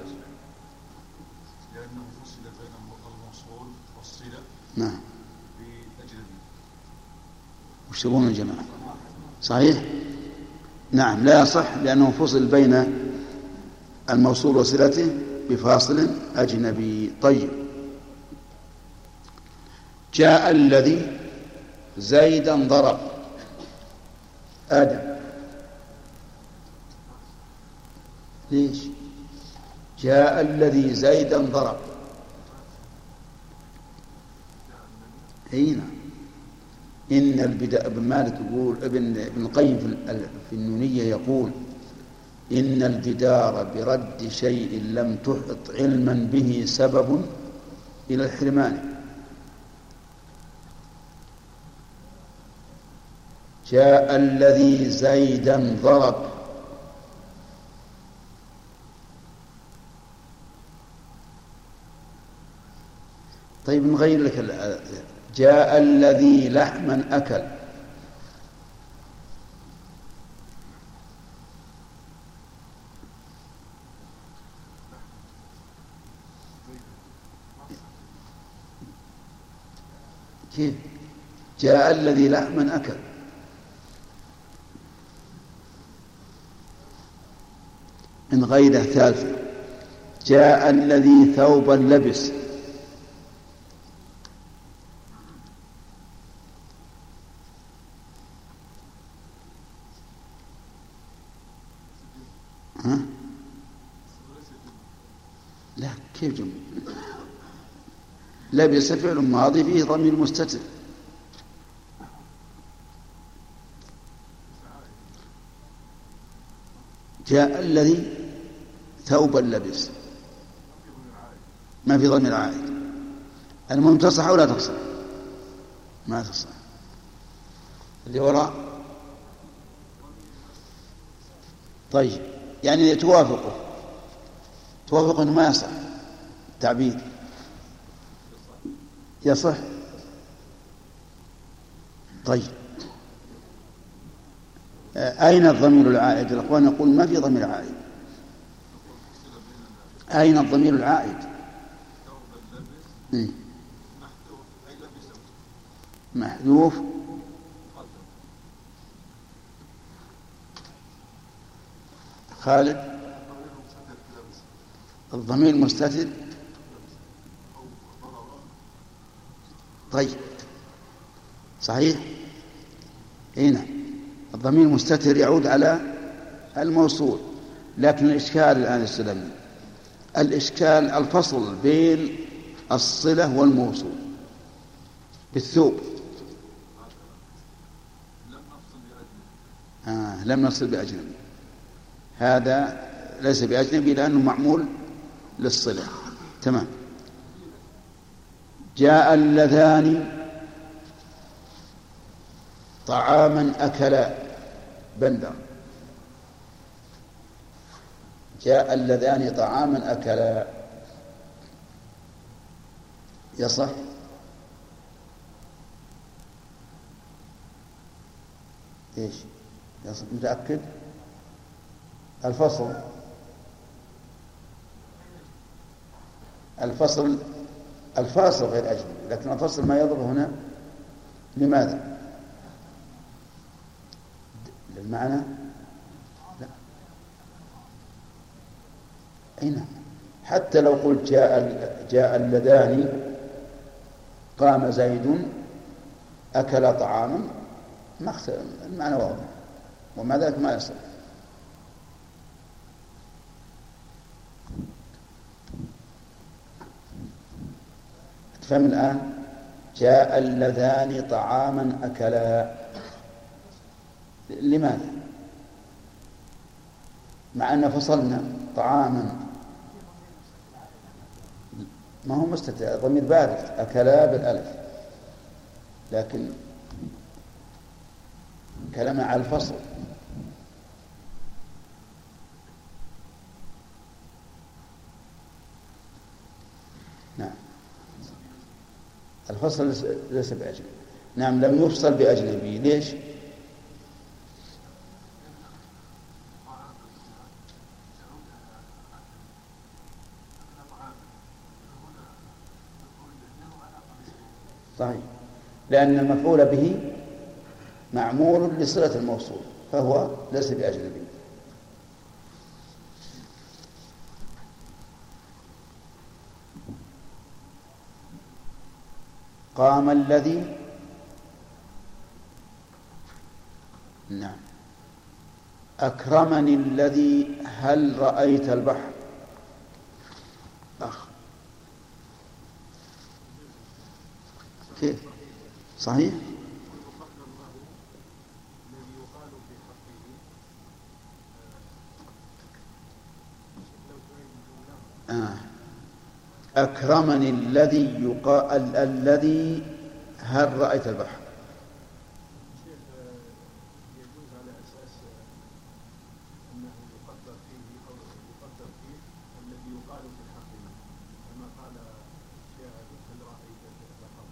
Speaker 2: لأنه فصل بين الموصول والصلة.
Speaker 1: نعم.
Speaker 2: بأجنبي.
Speaker 1: وش تبون يا جماعة؟ صحيح؟ نعم، لا يصح لأنه فصل بين الموصول وصلته بفاصل أجنبي. طيب، جاء الذي زيدا ضرب آدم. ليش؟ جاء الذي زيدا ضرب. هنا إن البداء. ابن مالك يقول، ابن ابن القيم في النونية يقول إن الجدار برد شيء لم تحط علما به سبب إلى الحرمان. جاء الذي زيدا ضرب. طيب، نغير لك. جاء الذي لحما أكل. كيف؟ جاء الذي لحما أكل. من غيره ثالثة. جاء الذي ثوبا لبس. ها؟ لا، كيف جمع؟ لبس فعل ماضي فيه ضمير مستتر. جاء الذي ثوبا لبس، ما في ضمير عائد. المهم تصح أو لا تصح؟ ما تصح. اللي وراء طيب، يعني توافقه توافق أنه ما يصح التعبيد. يصح. طيب، أين الضمير العائد؟ الأخوان يقول ما في ضمير عائد. أين الضمير العائد؟ محذوف. خالد، الضمير مستتر. طيب صحيح. هنا الضمير المستتر يعود على الموصول، لكن الإشكال الآن السلمي، الإشكال الفصل بين الصلة والموصول بالثوب. آه لم نصل بأجنبي، هذا ليس بأجنبي لأنه معمول للصلة. تمام. جاء اللذان طعاما أكلا بندر. جاء اللذان طعاما أكلا، يصح؟ إيش يصح؟ متأكد؟ الفصل الفصل الفاصل غير أجنبي، لكن الفصل ما يضر هنا. لماذا؟ للمعنى؟ لا. أين؟ حتى لو قلت جاء جاء اللذان قام زيد أكل طعاما، ما المعنى واضح، ومع ذلك ما يصح. فهم الآن؟ جاء اللذان طعاما أكلا، لماذا؟ مع أن فصلنا طعاما، ما هو مستتر، ضمير بارد، أكلا بالألف، لكن كلام على الفصل. نعم، الفصل ليس بأجنبي. نعم، لم يفصل بأجنبي. ليش؟ صحيح، لأن المفعول به معمول لصلة الموصول، فهو ليس بأجنبي. قام الذي، نعم. أكرمني الذي، هل رأيت البحر؟ أخ كيف؟ صحيح. آه. أكرمني الذي يقال الذي، هل رأيت البحر؟
Speaker 2: يجوز على أساس أنه يقدر فيه أو يقدر فيه الذي يقال في الحقيقة، كما قال الشاعر هل رأيت البحر،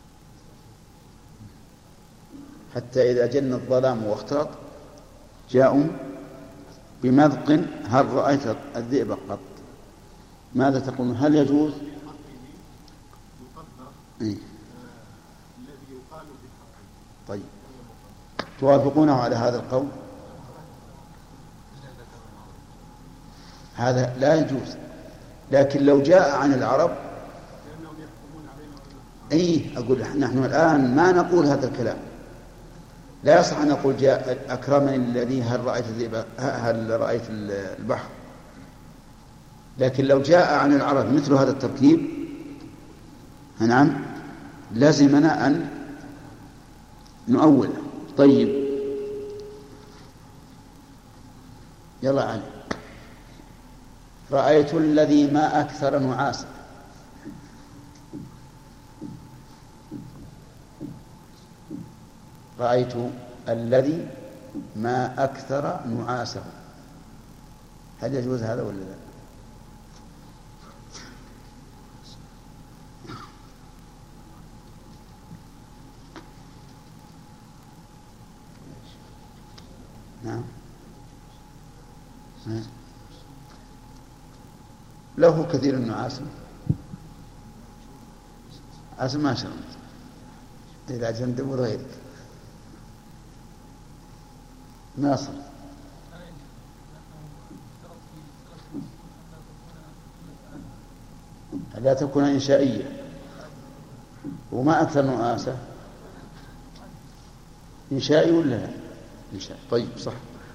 Speaker 1: حتى إذا جن الظلام واختلط جاءوا بمذق هل رأيت الذئب قط. ماذا تقول؟ هل يجوز؟ إيه؟
Speaker 2: الذي يقال في الحقيقة.
Speaker 1: طيب، توافقونه على هذا القول؟ هذا لا يجوز، لكن لو جاء عن العرب
Speaker 2: لأنهم يحكمون علينا.
Speaker 1: أي أقول نحن الآن ما نقول هذا الكلام، لا يصح أن نقول جاء أكرمني الذي هل رأيت الذئب هل رأيت البحر، لكن لو جاء عن العرب مثل هذا التركيب نعم لازمنا أن نؤول. طيب يلا علي. رأيت الذي ما أكثر نعاسه. رأيت الذي ما أكثر نعاسه. هل يجوز هذا ولا لا؟ نعم له كثير النعاس. عسى ما شرمت إذا جندب غيرك. ناصر لا تكون إنشائية. وما أكثر نعاسة إنشائي ولا لا؟ إنشائي. طيب صح.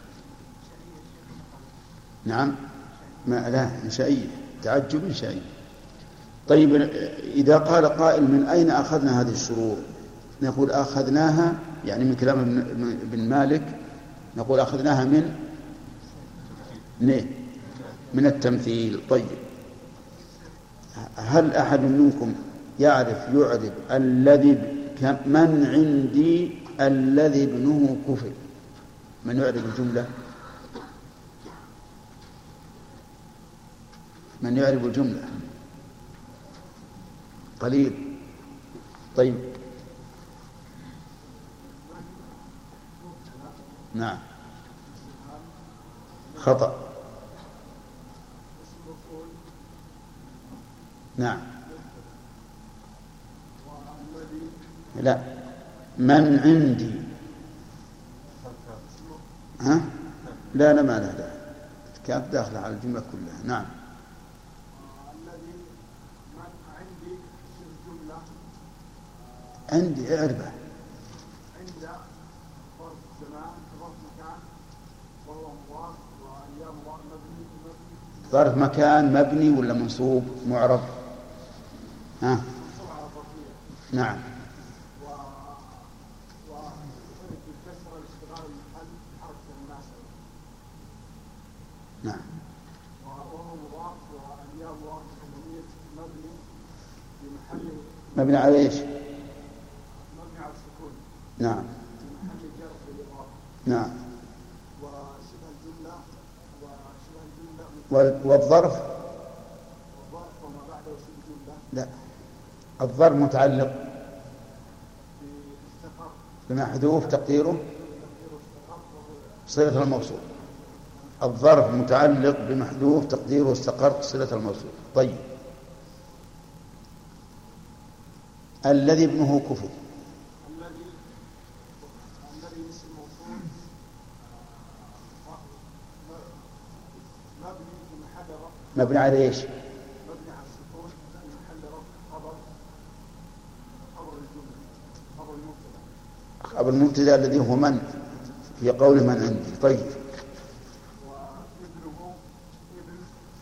Speaker 1: نعم ما لا إنشائية. تعجب إنشائي. طيب إذا قال قائل من أين أخذنا هذه الشرور؟ نقول أخذناها يعني من كلام ابن مالك نقول أخذناها من من التمثيل. طيب هل أحد منكم يعرف يعرف الذي من عندي الذي ابنه كفل؟ من يعرف الجملة؟ من يعرف الجملة؟ قليل. طيب نعم خطأ. نعم لا من عندي. ها لا لا ما لا لا كانت داخلة على الجملة كلها. نعم
Speaker 2: الذي من عندي في الجملة
Speaker 1: عندي اعربه.
Speaker 2: عند ظرف زمان ظرف مكان وهو مضاف وأيام مبني مبني
Speaker 1: ظرف مكان مبني ولا منصوب معرب؟ ها نعم نعم مبني على ايش؟
Speaker 2: مبني على السكون.
Speaker 1: نعم
Speaker 2: في محل جر بالإضافة.
Speaker 1: نعم
Speaker 2: وشبه الجملة وشبه الجملة
Speaker 1: والظرف
Speaker 2: والظرف وما بعده شبه الجملة.
Speaker 1: لا الظرف متعلق بمحذوف تقديره صلة الموصول. الظرف متعلق بمحذوف تقديره استقر صلة الموصول. طيب الذي ابنه كفر.
Speaker 2: الذي الذي اسم موصول مبني في محل رفع.
Speaker 1: مبني على ايش؟
Speaker 2: مبني على السكون في محل رفع خبر خبر الجملة خبر المبتدأ.
Speaker 1: خبر المبتدأ الذي هو من في قول من عندي. طيب
Speaker 2: وابنه ابن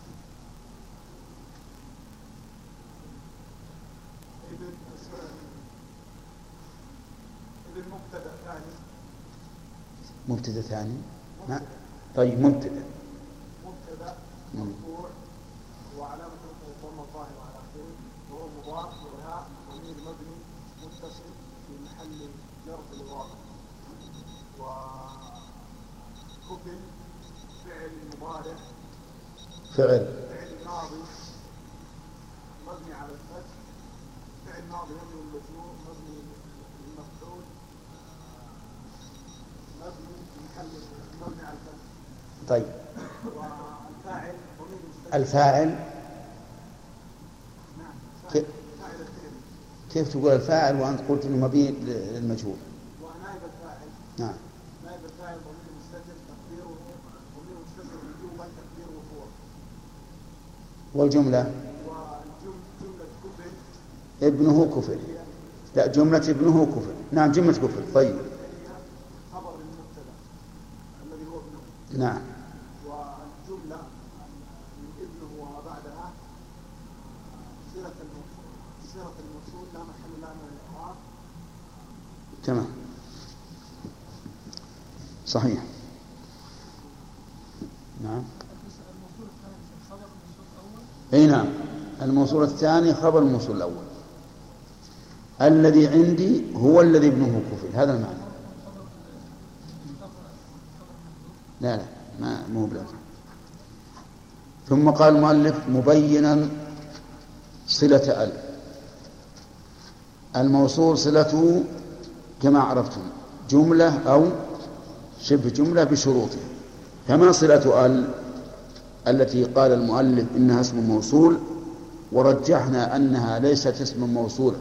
Speaker 2: ابن ابن مبتدأ ثاني.
Speaker 1: مبتدأ ثاني. ما طيب مبتدأ
Speaker 2: مبتدأ مرفوع وعلامة الضمة الظاهرة على آخره وهو مضاف وهاء ضمير مبني متصل في محل جر بالإضافة. وكفل فعل مضارع
Speaker 1: فعل
Speaker 2: فعل ماضي مبني على الفتح فعل ماضي مبني للمجرور مبني للمفعول مبني في محل مبني على الفتح.
Speaker 1: طيب
Speaker 2: والفاعل ضمير مستتر.
Speaker 1: الفاعل
Speaker 2: نعم
Speaker 1: كيف,
Speaker 2: فاعل الفعل.
Speaker 1: كيف تقول الفاعل وأنت قلت إنه مبني للمجهول؟
Speaker 2: ونائب الفاعل
Speaker 1: نعم
Speaker 2: نائب الفاعل ضمير مستتر تقديره ضمير مستتر وجوبا تقديره هو.
Speaker 1: والجملة
Speaker 2: وجملة كفل
Speaker 1: ابنه كفر. لا جملة ابنه كفر. نعم جملة كفر. طيب
Speaker 2: خبر المبتدا الذي هو ابنه.
Speaker 1: نعم
Speaker 2: والجملة من ابنه وما بعدها صلة الموصول صلة الموصول
Speaker 1: تمام صحيح. نعم اي نعم، الموصول الثاني خبر الموصول الأول. الذي عندي هو الذي ابنه كفل، هذا المعنى. لا لا ما مو بلازم. ثم قال المؤلف مبينا صلة ال. الموصول صلته كما عرفتم جملة أو شبه جملة بشروطها. كما صلة ال التي قال المؤلف إنها اسم موصول ورجحنا أنها ليست اسم موصولا،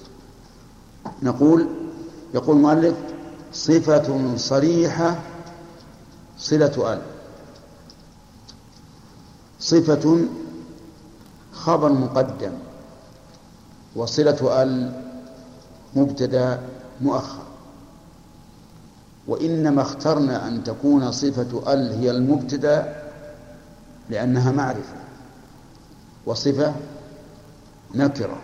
Speaker 1: نقول يقول المؤلف صفة صريحة صلة ال. صفة خبر مقدم، وصلة ال مبتدأ مؤخر. وإنما اخترنا أن تكون صفة ال هي المبتدأ لأنها معرفة، وصفة نكرة،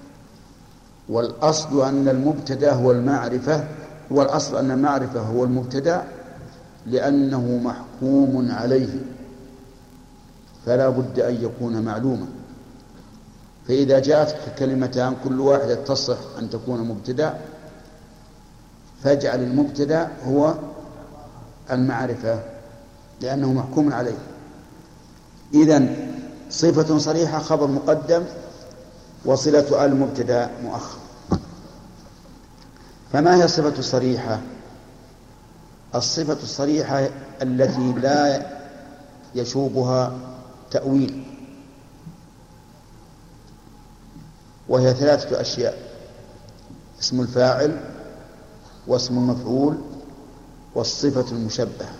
Speaker 1: والأصل أن المبتدأ هو المعرفة، والأصل أن المعرفة هو المبتدأ لأنه محكوم عليه فلا بد أن يكون معلوما. فإذا جاءتك كلمتان كل واحدة تصح أن تكون مبتدأ فاجعل المبتدأ هو المعرفة لأنه محكوم عليه. إذن صفة صريحة خبر مقدم، وصلة ال مبتدأ مؤخر. فما هي الصفة الصريحة؟ الصفة الصريحة التي لا يشوبها تأويل، وهي ثلاثة أشياء: اسم الفاعل واسم المفعول والصفة المشبهة.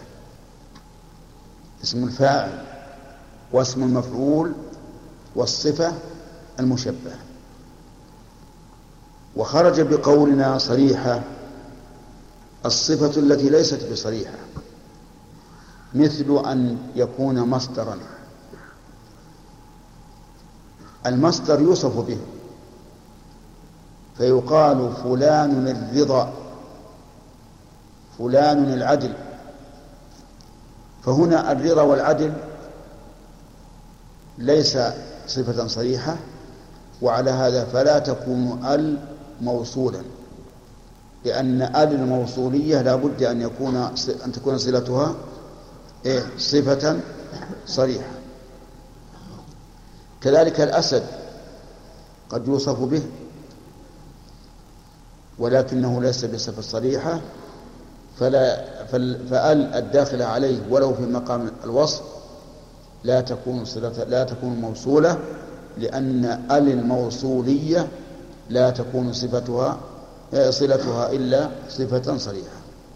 Speaker 1: اسم الفاعل واسم المفعول والصفة المشبهة. وخرج بقولنا صريحة الصفة التي ليست بصريحة، مثل أن يكون مصدرا. المصدر يوصف به فيقال فلان الرضا، فلان العدل. فهنا الرضا والعدل ليس صفة صريحة، وعلى هذا فلا تكون ال موصولا، لأن ال الموصولية لا بد أن يكون أن تكون صلتها إيه؟ صفة صريحة. كذلك الأسد قد يوصف به ولكنه ليس بصفة صريحة، فلا فال الداخلة عليه ولو في مقام الوصف لا تكون صلة لا تكون موصولة، لأن ال الموصولية لا تكون صفتها صلتها إلا صفة صريحة.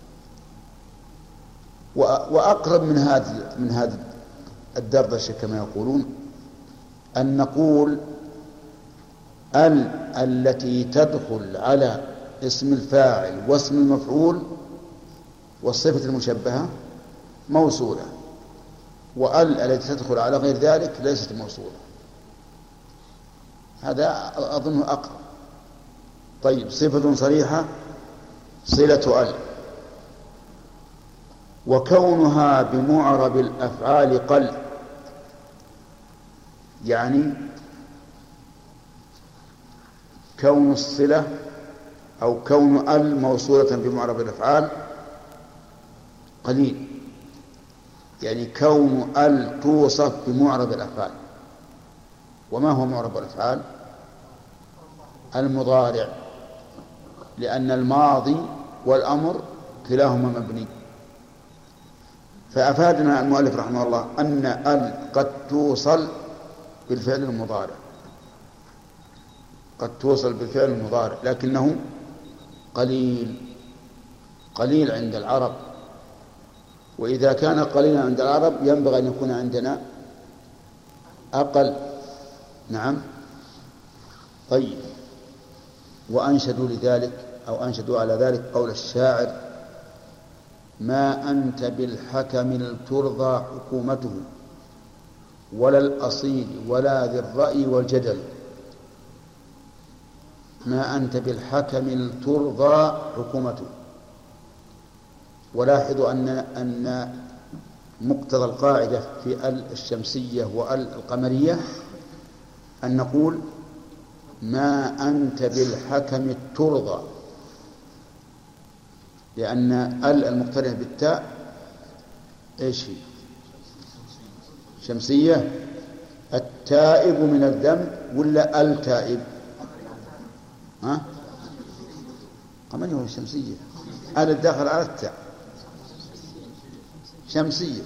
Speaker 1: وأقرب من هذه من هذه الدردشة كما يقولون أن نقول ال التي تدخل على اسم الفاعل واسم المفعول والصفة المشبهة موصولة، وال التي تدخل على غير ذلك ليست موصولة. هذا أظن أقرب. طيب، صفة صريحة صلة ال، وكونها بمعرب الأفعال قل، يعني كون الصلة أو كون ال موصولة بمعرب الأفعال قليل، يعني كون ال توصف بمعرب الأفعال. وما هو معرب الأفعال؟ المضارع، لأن الماضي والأمر كلاهما مبني. فأفادنا المؤلف رحمه الله أن ال قد توصل بالفعل المضارع، قد توصل بالفعل المضارع، لكنه قليل قليل عند العرب. وإذا كان قليلا عند العرب ينبغي أن يكون عندنا أقل. نعم. طيب، وأنشدوا لذلك أو أنشدوا على ذلك قول الشاعر: ما أنت بالحكم ترضى حكومته ولا الأصيل ولا ذي الرأي والجدل. ما أنت بالحكم الترضى حكومته. ولاحظوا أن أن مقتضى القاعدة في ال الشمسية وال القمرية أن نقول ما أنت بالحكم الترضى، لأن ال المقترنة بالتاء إيش هي؟ شمسية. التائب من الذنب ولا التائب؟ ها؟ قمرية ولا شمسية؟ ال الداخل على التاء شمسية.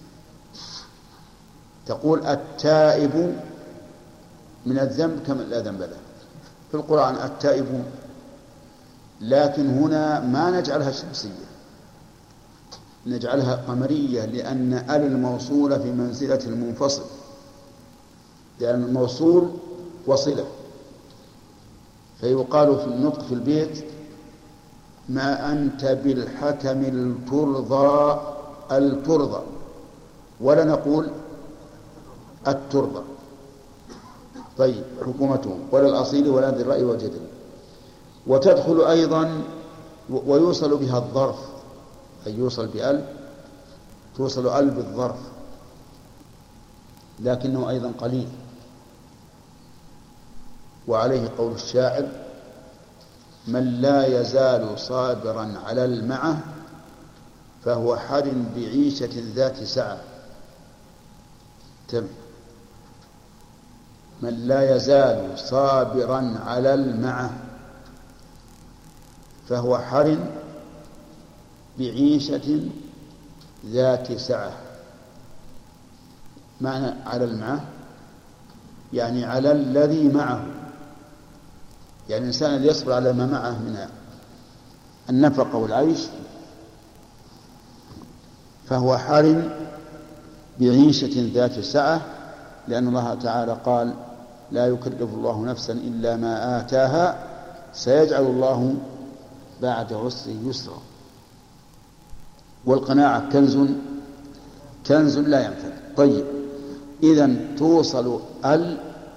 Speaker 1: تقول التائب من الذنب كما لا ذنب له في القرآن التائبون، لكن هنا ما نجعلها شمسية، نجعلها قمرية، لأن ال الموصولة في منزلة المنفصل، لأن الموصول وصلة. فيقال في النطق في البيت ما أنت بالحكم الترضى الترضى، ولا نقول الترضى. طيب حكومتهم ولا الأصيل ولا ذي الرأي والجدل. وتدخل أيضا ويوصل بها الظرف، أي يوصل بأل، توصل أل بالظرف، لكنه أيضا قليل. وعليه قول الشاعر من لا يزال صابرا على المعه فهو حر بعيشة ذات سعة. تم. من لا يزال صابرا على المعه فهو حر بعيشة ذات سعة. معنى على المعه يعني على الذي معه، يعني الإنسان الذي يصبر على ما معه من النفقة والعيش فهو حر بعيشة ذات سعة، لأن الله تعالى قال لا يكلف الله نفسا إلا ما آتاها سيجعل الله بعد عسر يسرا. والقناعة كنز كنز لا ينفد. طيب إذن توصل ال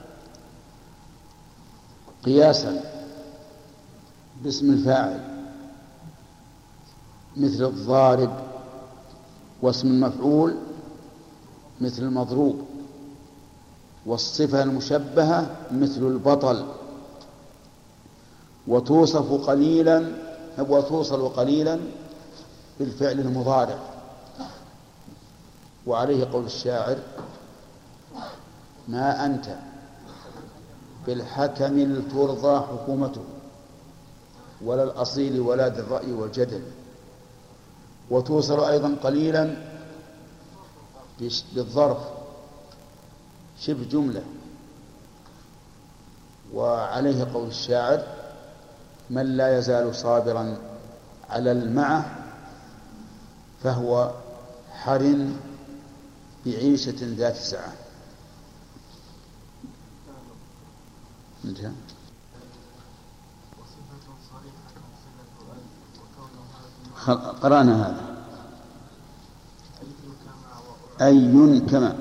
Speaker 1: قياسا باسم الفاعل مثل الضارب، واسم المفعول مثل المضروب، والصفة المشبهة مثل البطل. وتوصف قليلا وتوصل قليلا بالفعل المضارع. وعليه قول الشاعر ما أنت بالحكم الترضى حكومته ولا الأصيل ولا ذي الرأي والجدل. وتوصل أيضا قليلا بالظرف شبه جملة. وعليه قول الشاعر من لا يزال صابرا على المعه فهو حر بعيشة ذات سعة. انتهى. قرأنا هذا أي كما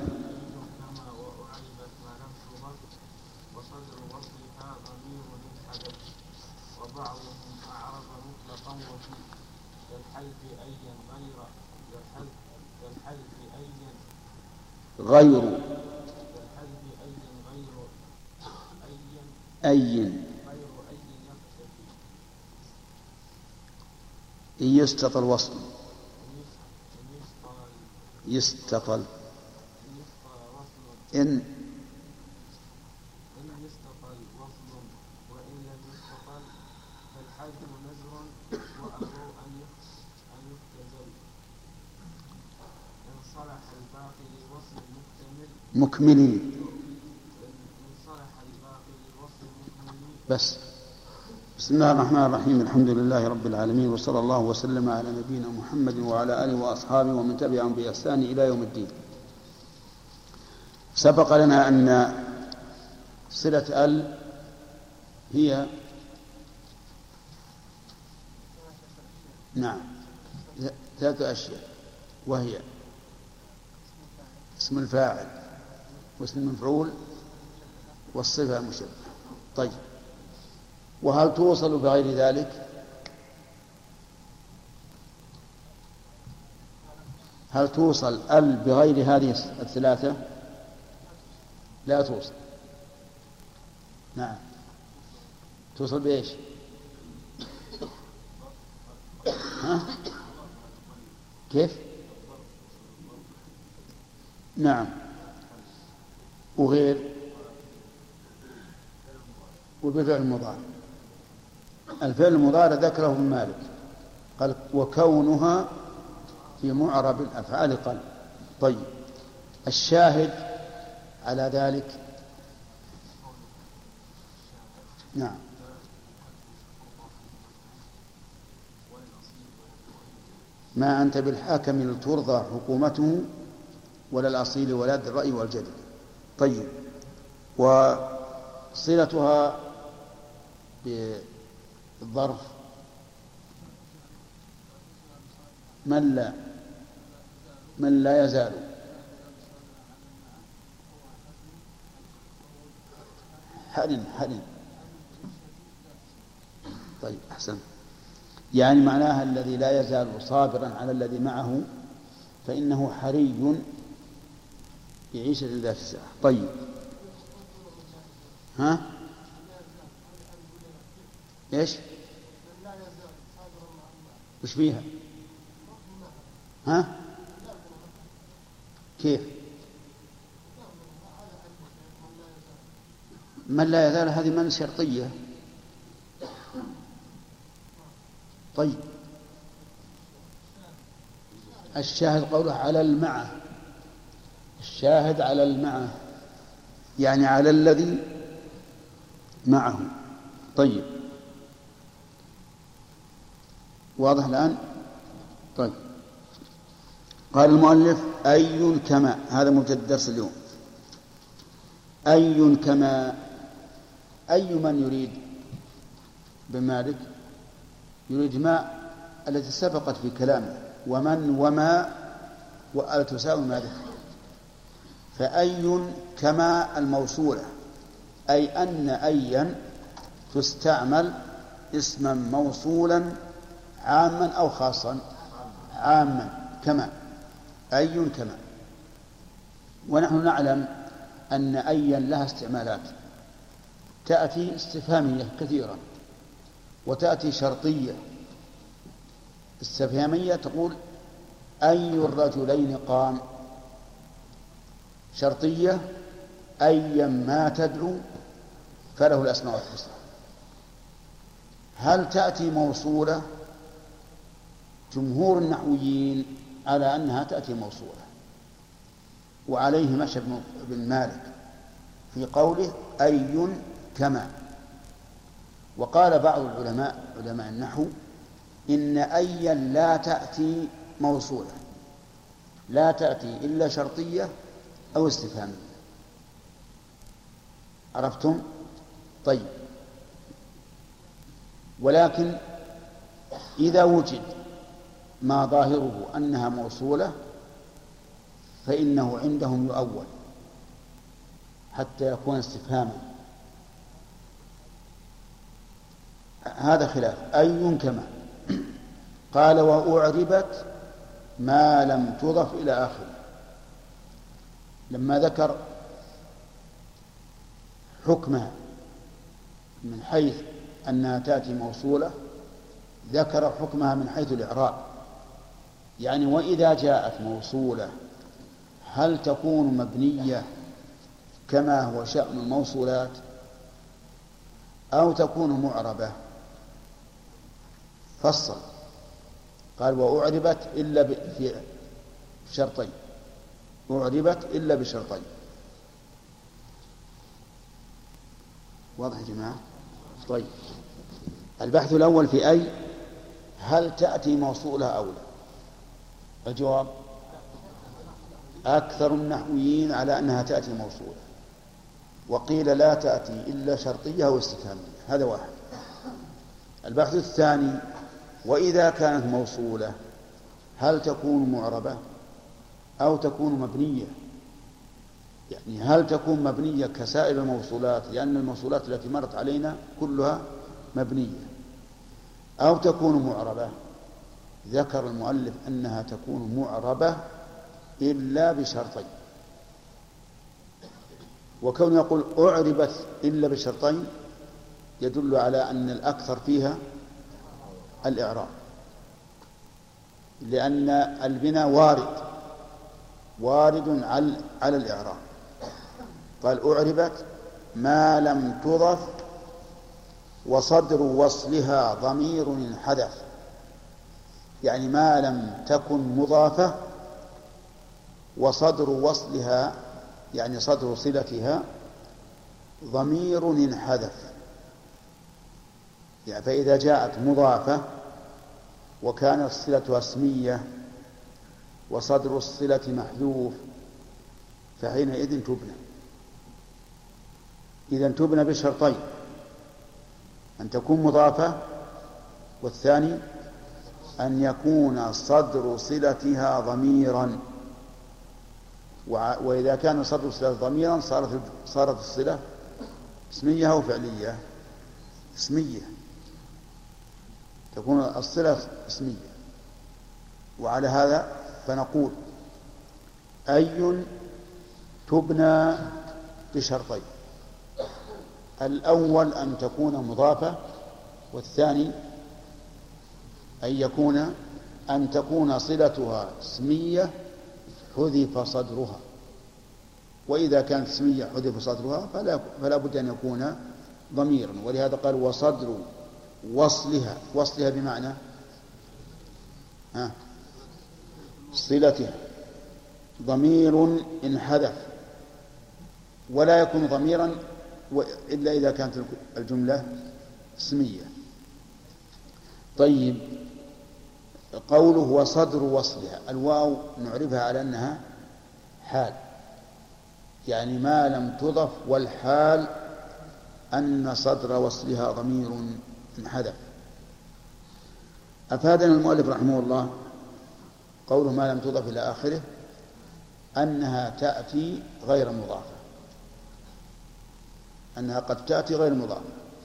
Speaker 1: غير أي يستطل وصل يستطل إن
Speaker 2: يستطل وصل وإن لم يستطل فالحذف نزر وأبو أن يختزل. إن صلح الباقي لوصل مكتمل
Speaker 1: مكملي بس. بسم الله الرحمن الرحيم. الحمد لله رب العالمين، وصلى الله وسلم على نبينا محمد وعلى آله وأصحابه ومن تبعهم بإحسان إلى يوم الدين. سبق لنا أن صلة ال هي نعم ثلاث أشياء، وهي اسم الفاعل واسم المفعول والصفة المشبهة. طيب وهل توصل بغير ذلك؟ هل توصل ال بغير هذه الثلاثة؟ لا توصل. نعم. توصل بإيش؟ ها؟ كيف؟ نعم. وغير وبفعل المضارع. الفعل المضارع ذكره ابن مالك قال وكونها في معرب الأفعال قل. طيب الشاهد على ذلك. نعم. ما أنت بالحاكم لترضى حكومته ولا الأصيل ولا الرأي والجدل. طيب وصلتها بالظرف من لا من لا يزال. حرم حرم. طيب أحسن. يعني معناها الذي لا يزال صابرا على الذي معه فإنه حري يعيش ذات الساعة. طيب ها ايش وش فيها؟ ها كيف؟ من لا يزال هذه من شرطية. طيب الشاهد قوله على المعه. الشاهد على المعه يعني على الذي معه. طيب واضح الآن؟ طيب قال المؤلف أي كما. هذا مبتدأ الدرس اليوم. أي كما. أي من يريد بمالك يريد ما التي سبقت في كلامه ومن وما وأل تساوي ما ذكر. فأي كما الموصولة أي أن أيا تستعمل اسما موصولا عاما أو خاصا. عاما كما. أي كما. ونحن نعلم أن أيا لها استعمالات. تأتي استفهامية كثيرة وتأتي شرطية. استفهامية تقول أي الرجلين قام. شرطية أيا ما تدعو فله الأسماء الحسنى. هل تأتي موصولة؟ جمهور النحويين على أنها تأتي موصولة وعليه مشى ابن مالك في قوله أي كما. وقال بعض العلماء علماء النحو إن أيا لا تأتي موصولة. لا تأتي إلا شرطية أو استفهامية. عرفتم؟ طيب ولكن إذا وجد ما ظاهره أنها موصولة فإنه عندهم يؤول حتى يكون استفهاما. هذا خلاف. أي كما. قال وأعربت ما لم تضف إلى آخره. لما ذكر حكمها من حيث أنها تأتي موصولة ذكر حكمها من حيث الإعراب. يعني وإذا جاءت موصولة هل تكون مبنية كما هو شأن الموصولات أو تكون معربة؟ فصل قال وأعربت إلا في شرطين. أعربت إلا بشرطين. واضح يا جماعة؟ طيب البحث الأول في أي هل تأتي موصولة أو لا؟ الجواب أكثر النحويين على أنها تأتي موصولة وقيل لا تأتي إلا شرطية أو استفهامية. هذا واحد. البحث الثاني وإذا كانت موصولة هل تكون معربة أو تكون مبنية؟ يعني هل تكون مبنية كسائر الموصولات لأن الموصولات التي مرت علينا كلها
Speaker 3: مبنية أو تكون معربة. ذكر المؤلف أنها تكون معربة إلا بشرطين، وكون يقول أعربت إلا بشرطين يدل على أن الأكثر فيها الإعراب، لأن البناء وارد وارد على الإعراب. قال أعربت ما لم تضف وصدر وصلها ضمير انحذف، يعني ما لم تكن مضافة وصدر وصلها يعني صدر صلتها ضمير انحذف. يعني فإذا جاءت مضافة وكانت صلتها اسمية وصدر الصلة محذوف فحينئذ تبنى. إذن تبنى بشرطين: أن تكون مضافة، والثاني أن يكون صدر صلتها ضميرا. وإذا كان صدر الصلة ضميرا صارت صارت الصلة اسمية أو فعلية؟ اسمية، تكون الصلة اسمية. وعلى هذا فنقول أي تبنى بشرطين: الأول أن تكون مضافة، والثاني أن يكون أن تكون صلتها اسمية حذف صدرها. وإذا كانت اسمية حذف صدرها فلا, فلا بد أن يكون ضميرا. ولهذا قال وصدر وصلها. وصلها بمعنى ها صلتها ضمير انحذف، ولا يكون ضميرا إلا إذا كانت الجملة اسمية. طيب، قوله وصدر وصلها، الواو نعرفها على أنها حال، يعني ما لم تضف، والحال أن صدر وصلها ضمير انحذف. أفادنا المؤلف رحمه الله قوله ما لم تضف إلى آخره أنها تأتي غير مضافة، أنها قد تأتي غير مضافة.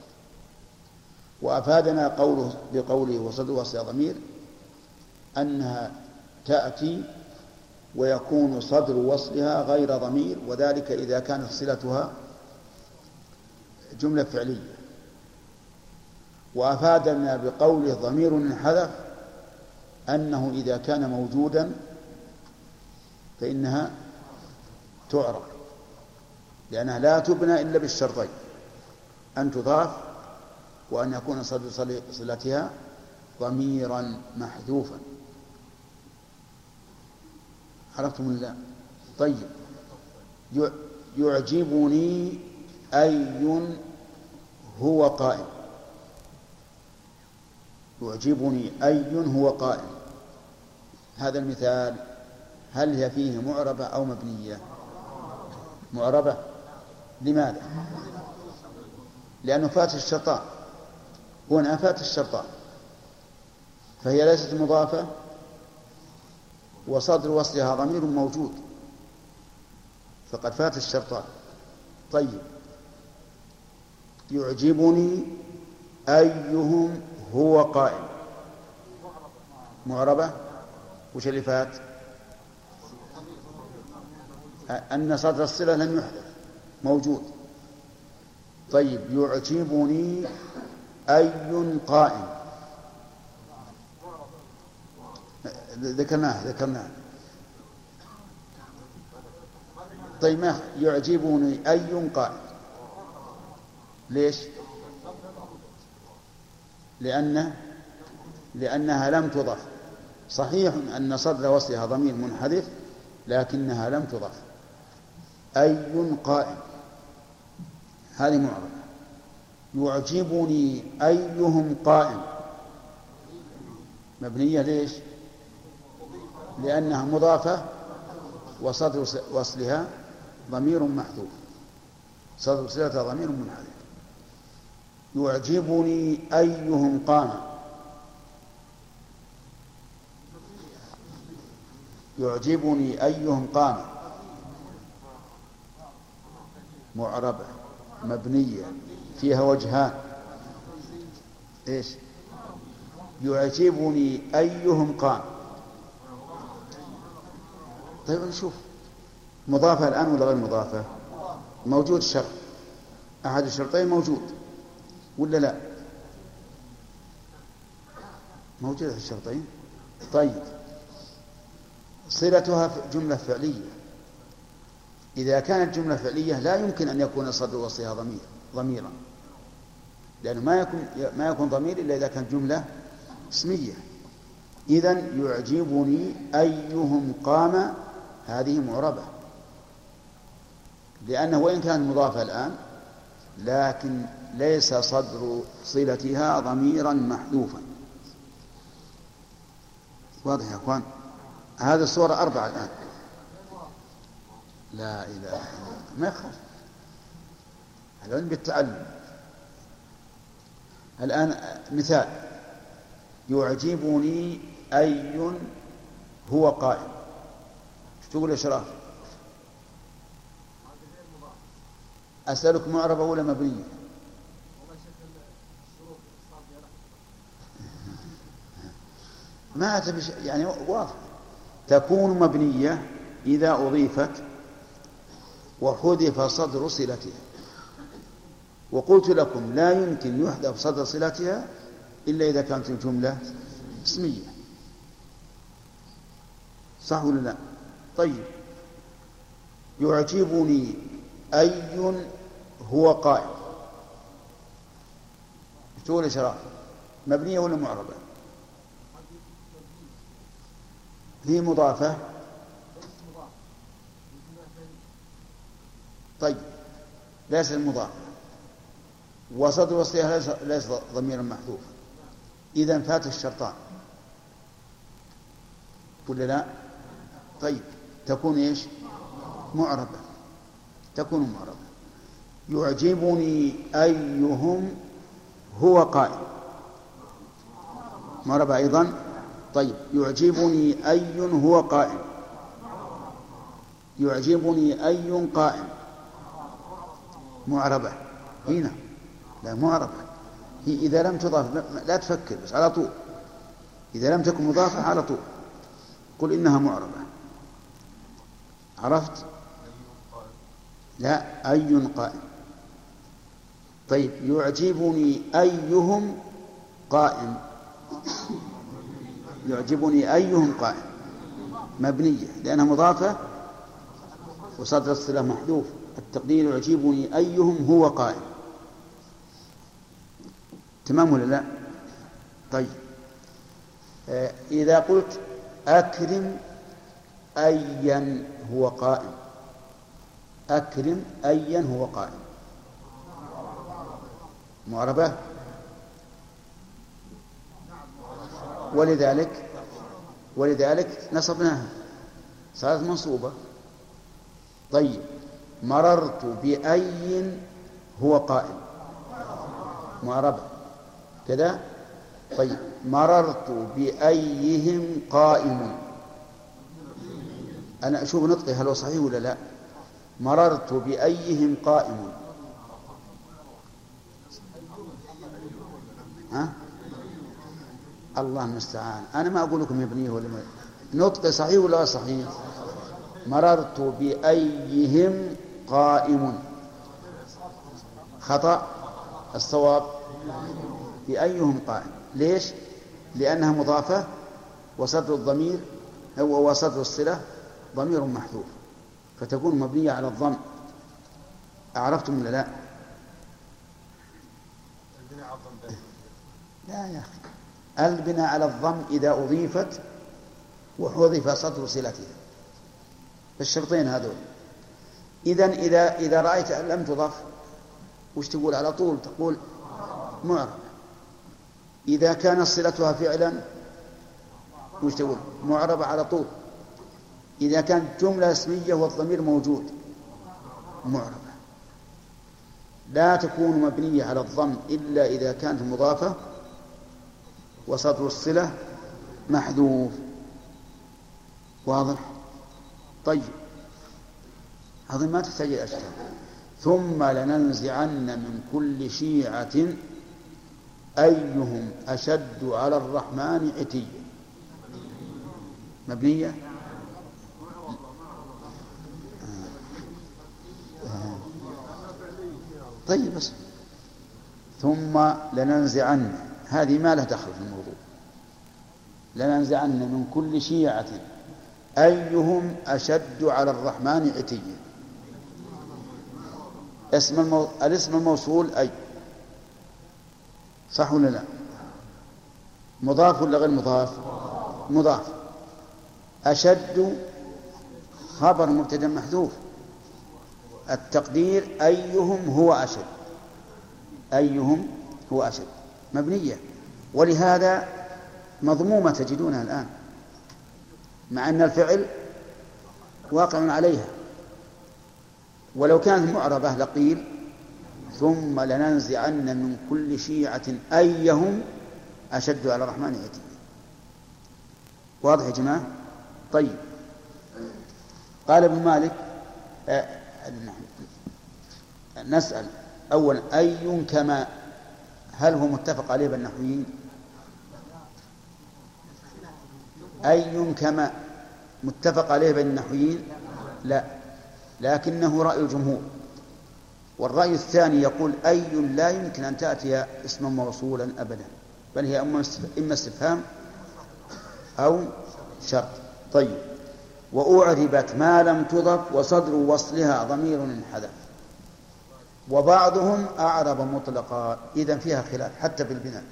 Speaker 3: وأفادنا قوله بقوله وصدر وصلها ضمير أنها تأتي ويكون صدر وصلها غير ضمير، وذلك إذا كانت صلتها جملة فعلية. وأفادنا بقوله ضمير انحذف أنه إذا كان موجودا فإنها تعرب، لأنها لا تبنى إلا بالشرطين: أن تضاف وأن يكون صدر صلتها ضميرا محذوفا. عرفتم الله؟ طيب، يعجبني أي هو قائم. يعجبني أي هو قائم، هذا المثال هل هي فيه معربة أو مبنية؟ معربة. لماذا؟ لأنه فات الشرطان، هنا فات الشرطان، فهي ليست مضافة وصدر وصلها ضمير موجود، فقد فات الشرطان. طيب، يعجبني أيهم هو قائم، معربة. وش اللي فات؟ أن صدر الصلة لم يحدث، موجود. طيب، يعجبني أي قائم، ذكرناه ذكرناه طيب، ما يعجبني أي قائم، ليش؟ لأن لأنها لم تضف. صحيح أن صدر وصلها ضمير منحذف لكنها لم تضف. أي قائم هذه معربة. يعجبني أيهم قائم مبنية، ليش؟ لأنها مضافة وصدر وصلها ضمير محذوف، صدر وصلها ضمير منحذف. يعجبني أيهم قام، يعجبني أيهم قام، معربة مبنية فيها وجهان: إيش؟ يعجبني أيهم قام. طيب نشوف مضافة الآن ولا غير مضافة؟ موجود الشرط، أحد الشرطين موجود ولا لا؟ موجود في الشرطين. طيب صلتها جملة فعلية. إذا كانت جملة فعلية لا يمكن أن يكون صدر وصلها ضمير ضميرا، لأنه ما يكون ما يكون ضمير إلا إذا كانت جملة اسمية. إذن يعجبني أيهم قام هذه معربة، لأنه وإن كانت مضافة الآن لكن ليس صدر صلتها ضميرا محذوفا. واضح يا أخوان؟ هذه الصورة أربعة الآن. لا إله إلا الله، ما يخاف، العلم بالتعلم. الآن مثال: يعجبني أي هو قائم. شو تقول يا شراف؟ أسألك معربة ولا مبنية؟ ما أتبش يعني واضح. تكون مبنية إذا أضيفت وحذف صدر صلتها. وقلت لكم لا يمكن يحذف صدر صلتها إلا إذا كانت الجملة اسمية. صح ولا لا؟ طيب يعجبني أي هو قائم. تقول يا شراف مبنية ولا معربة؟ هي مضافة. طيب ليس المضافة وصدر وصلها ليس, ليس ضميرا محذوفا، إذن فات الشرطان ولا لا؟ طيب تكون إيش؟ معربة. تكون معربة. يعجبني أيهم هو قائم. معربة أيضا. طيب يعجبني أي هو قائم. يعجبني أي قائم. معربة هنا. لا معربة هي إذا لم تضاف. لا تفكر بس على طول، إذا لم تكن مضافة على طول قل إنها معربة. عرفت؟ لا أي قائم. طيب يعجبني أيهم قائم. يعجبني أيهم قائم مبنية لأنها مضافة وصدر الصلة محذوف. التقدير يعجبني أيهم هو قائم. تمام ولا لا؟ طيب آه إذا قلت أكرم أيا هو قائم. أكرم أيا هو قائم. معربة. ولذلك ولذلك نصبناها صارت منصوبة. طيب مررت بأي هو قائم. معربة كذا. طيب مررت بأيهم قائم. أنا أشوف نطقي هل هو صحيح ولا لا؟ مررت بأيهم قائم. ها؟ الله المستعان. أنا ما أقول لكم يبنيه ولا ما نطقي صحيح ولا صحيح؟ مررت بأيهم قائم. خطأ. الصواب بأيهم قائم. ليش؟ لأنها مضافة وصدر الضمير هو وصدر الصلة ضمير محذوف فتكون مبنية على الضم. أعرفتم ولا لا؟ لا يا أخي، البناء على الضم إذا أضيفت وحذف صدر صلتها. الشرطين هذول. إذن إذا إذا رأيت لم تضف وش تقول على طول؟ تقول معربة. إذا كانت صلتها فعلا وش تقول؟ معربة على طول. إذا كانت جملة اسمية والضمير موجود معربة. لا تكون مبنية على الضم إلا إذا كانت مضافة وصدر الصلة محذوف. واضح؟ طيب هذه ما تحتاج الأشكال. ثم لننزعن من كل شيعة أيهم أشد على الرحمن عتيا. مبنية. طيب بس ثم لننزعن، هذه ما لها دخل في الموضوع. لننزعن من كل شيعة أيهم أشد على الرحمن عتيا. اسم المو... الاسم الموصول أي، صح ولا لا؟ مضاف ولا غير مضاف؟ مضاف. أشد خبر مبتدأ محذوف، التقدير أيهم هو أشد، أيهم هو أشد مبنية، ولهذا مضمومة تجدونها الآن مع أن الفعل واقع عليها. ولو كانت معربة لقيل ثم لننزعن من كل شيعة أيهم أشد على الرحمن عتيا. واضح يا جماعة؟ طيب، قال ابن مالك آه نسأل أولا أي كما، هل هو متفق عليه بالنحويين؟ أي كما متفق عليه بين النحويين؟ لا، لكنه رأي الجمهور. والرأي الثاني يقول أي لا يمكن أن تأتي اسما موصولا أبدا، بل هي إما استفهام أو شرط. طيب، وأعربت ما لم تضف وصدر وصلها ضمير انحذف، وبعضهم أعرب مطلقا. إذن فيها خلاف حتى في البناء.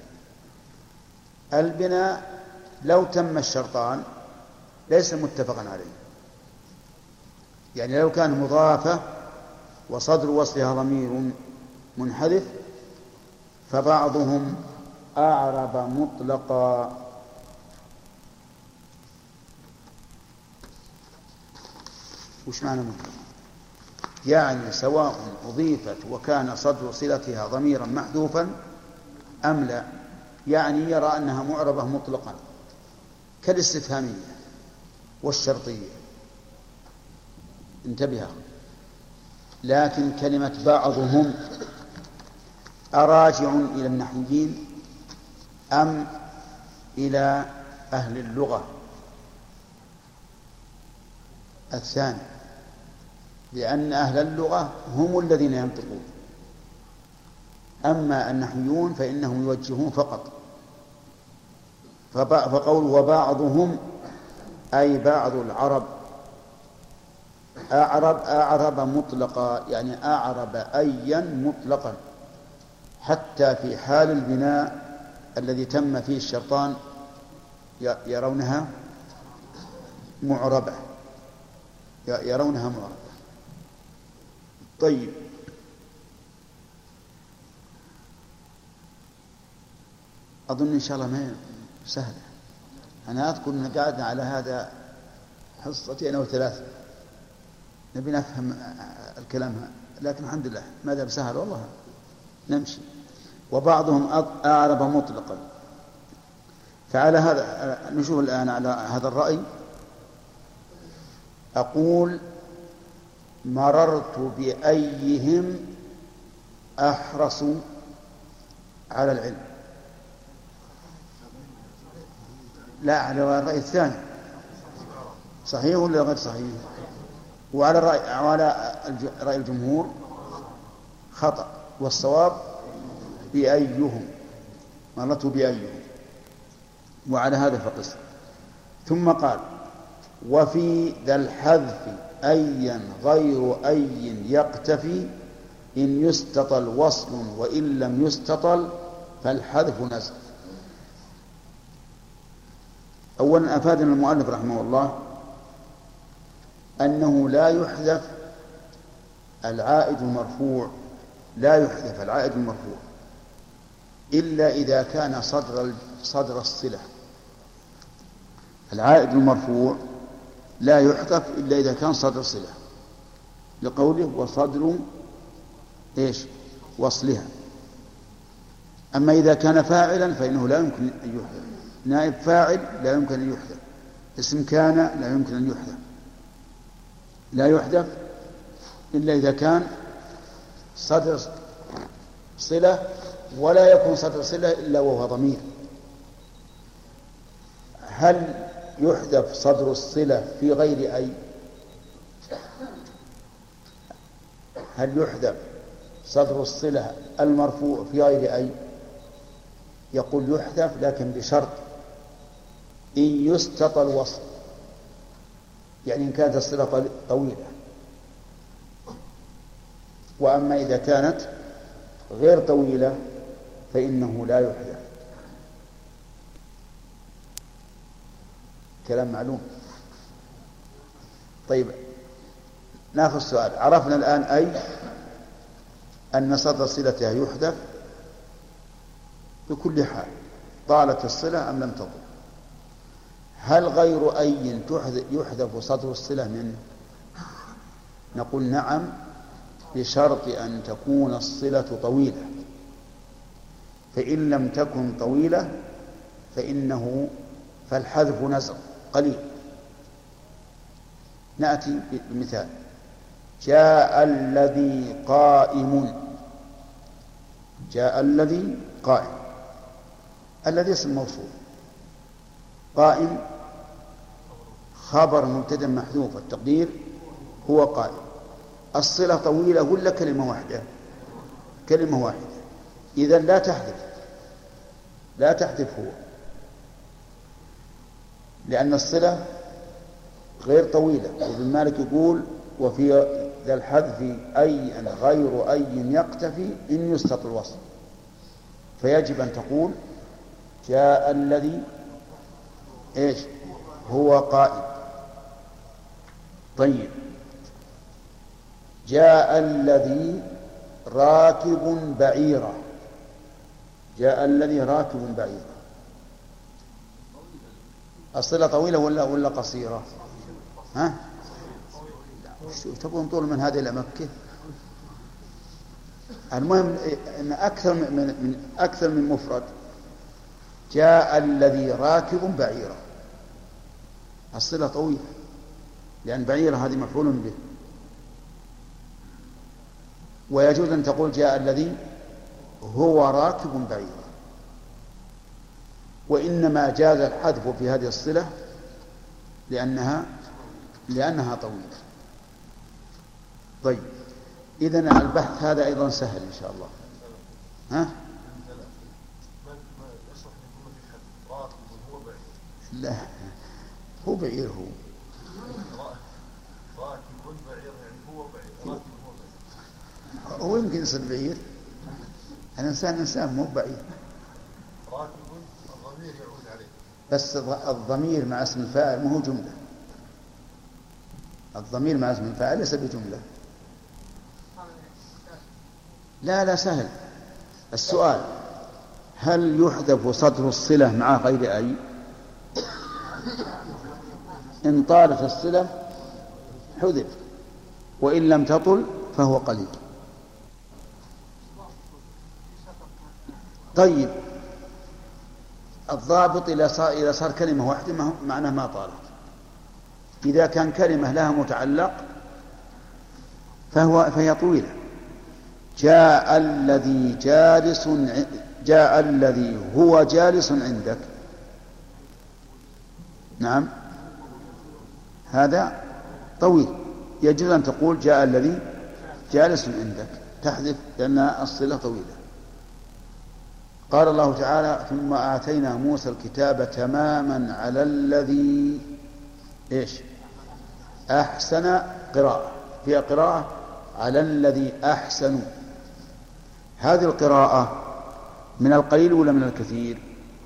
Speaker 3: البناء لو تم الشرطان ليس متفقا عليه، يعني لو كان مضافة وصدر وصلها ضمير منحذف فبعضهم أعرب مطلقا. وش معنى مطلقا؟ يعني سواء أضيفت وكان صدر صلتها ضميرا محذوفا أم لا، يعني يرى أنها معربة مطلقا كالاستفهامية والشرطية. انتبه. لكن كلمة بعضهم أراجع إلى النحويين أم إلى أهل اللغة؟ الثاني، لأن أهل اللغة هم الذين ينطقون، أما النحويون فإنهم يوجهون فقط. فقول وبعضهم أي بعض العرب أعرب أعرب مطلقا، يعني أعرب أيا مطلقا، حتى في حال البناء الذي تم فيه الشرطان يرونها معربة، يرونها معربة. طيب، أظن إن شاء الله ما سهلة. أنا أذكر أن قعدنا على هذا حصتين أو ثلاثة نبي نفهم الكلام، لكن الحمد لله ما دام سهل والله نمشي. وبعضهم أعرب مطلقا. فعلى هذا نشوف الآن على هذا الرأي. أقول مررت بأيهم أحرص على العلم. لا، على الرأي الثاني صحيح ولا غير صحيح؟ وعلى الرأي على رأي الجمهور خطأ، والصواب بأيهم، مررت بأيهم، وعلى هذا فقس. ثم قال وفي ذا الحذف أيا غير أي يقتفي إن يستطل وصل وإن لم يستطل فالحذف نزل. أولا أفادنا المؤلف رحمه الله أنه لا يحذف العائد المرفوع، لا يحذف العائد المرفوع إلا إذا كان صدر صدر الصلة. العائد المرفوع لا يحذف إلا إذا كان صدر صلة، لقوله وصدر إيش وصلها. أما إذا كان فاعلا فإنه لا يمكن أن يحذف، نائب فاعل لا يمكن أن يحذف، اسم كان لا يمكن أن يحذف، لا يحذف إلا إذا كان صدر صلة ولا يكون صدر الصلة إلا وهو ضمير. هل يحذف صدر الصلة في غير أي؟ هل يحذف صدر الصلة المرفوع في غير أي؟ يقول يحذف لكن بشرط إن يستطى الوصل، يعني إن كانت الصلة طويلة. وأما إذا كانت غير طويلة فإنه لا يحذف. كلام معلوم. طيب ناخذ سؤال. عرفنا الآن أي أن صدر صلتها يحذف بكل حال، طالت الصلة أم لم تطل. هل غير أي يحذف صدر الصلة منه؟ نقول نعم، بشرط أن تكون الصلة طويلة، فإن لم تكن طويلة فإنه فالحذف نزر قليل. نأتي بمثال: جاء الذي قائم. جاء الذي قائم، الذي اسم موصول، قائم خبر مبتدأ محذوف، التقدير هو قائم. الصلة طويلة ولا كلمة واحدة؟ كلمة واحدة. إذن لا تحذف، لا تحذف هو، لأن الصلة غير طويلة. وابن مالك يقول: وفي ذا الحذف أي غير أي يقتفي إن يستطر الوصل. فيجب أن تقول: جاء الذي إيش هو قائم. طيب، جاء الذي راكب بعيرة. جاء الذي راكب بعيرة، الصلة طويلة ولا ولا قصيرة؟ ها؟ تبون طول من هذه إلى مكة؟ المهم أن أكثر من, من أكثر من مفرد. جاء الذي راكب بعيرة، الصلة طويلة، لأن بعيرة هذه مفعول به. ويجوز أن تقول: جاء الذي هو راكب بعيرة. وإنما جاز الحذف في هذه الصلة لأنها لأنها طويلة. طيب، إذن البحث هذا أيضا سهل إن شاء الله. ها؟ لا، هو بعير. هو راكب بعير، يعني هو بعير. هو يمكن يصير بعير، الإنسان إنسان مو بعير. راكب الضمير يعود عليه، بس الضمير مع اسم الفاعل مو هو جملة. الضمير مع اسم الفاعل ليس بجملة. لا لا سهل. السؤال: هل يحذف صدر الصلة مع غير أي؟ إن طالت الصلة حذف، وإن لم تطل فهو قليل. طيب، الضابط إذا صار, إذا صار كلمة واحدة معناه ما طالت. إذا كان كلمة لها متعلق فهو فهي طويلة. جاء الذي جالس جاء الذي هو جالس عندك. نعم، هذا طويل. يجوز أن تقول: جاء الذي جالس عندك، تحذف لأن الصلة طويلة. قال الله تعالى: ثم آتينا موسى الكتاب تماما على الذي إيش أحسن. قراءة فيها قراءة على الذي أحسن. هذه القراءة من القليل ولا من الكثير؟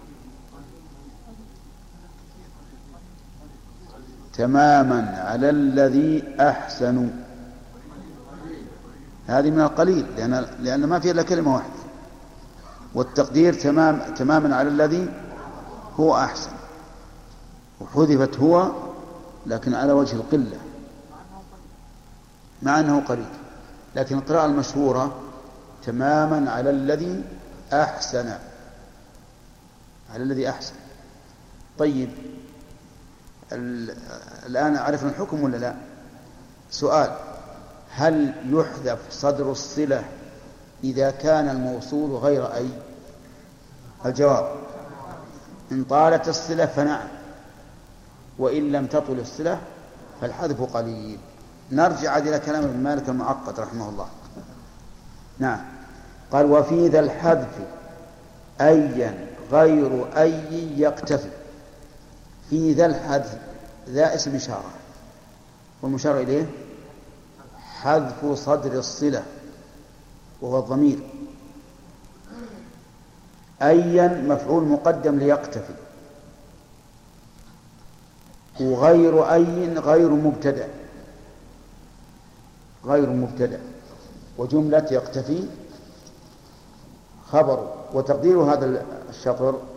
Speaker 3: تماما على الذي أحسن، هذه من القليل، لأن لأن ما فيها إلا كلمة واحدة. والتقدير تمام تماما على الذي هو أحسن، وحذفت هو لكن على وجه القلة مع أنه قريب. لكن القراءة المشهورة تماما على الذي أحسن، على الذي أحسن. طيب، الآن عرفنا الحكم ولا لا؟ سؤال: هل يحذف صدر الصلة إذا كان الموصول غير أي الجواب. إن طالت الصلة فنعم، وإن لم تطل الصلة فالحذف قليل. نرجع إلى كلام ابن مالك المعقد رحمه الله. نعم، قال وفي ذا الحذف أيا غير أي يقتفي. في ذا الحذف، ذا اسم إشارة، والمشار إليه حذف صدر الصلة وهو الضمير. أيا مفعول مقدم ليقتفي، وغير أي غير مبتدأ، غير مبتدأ، وجملة يقتفي خبر. وتقدير هذا الشطر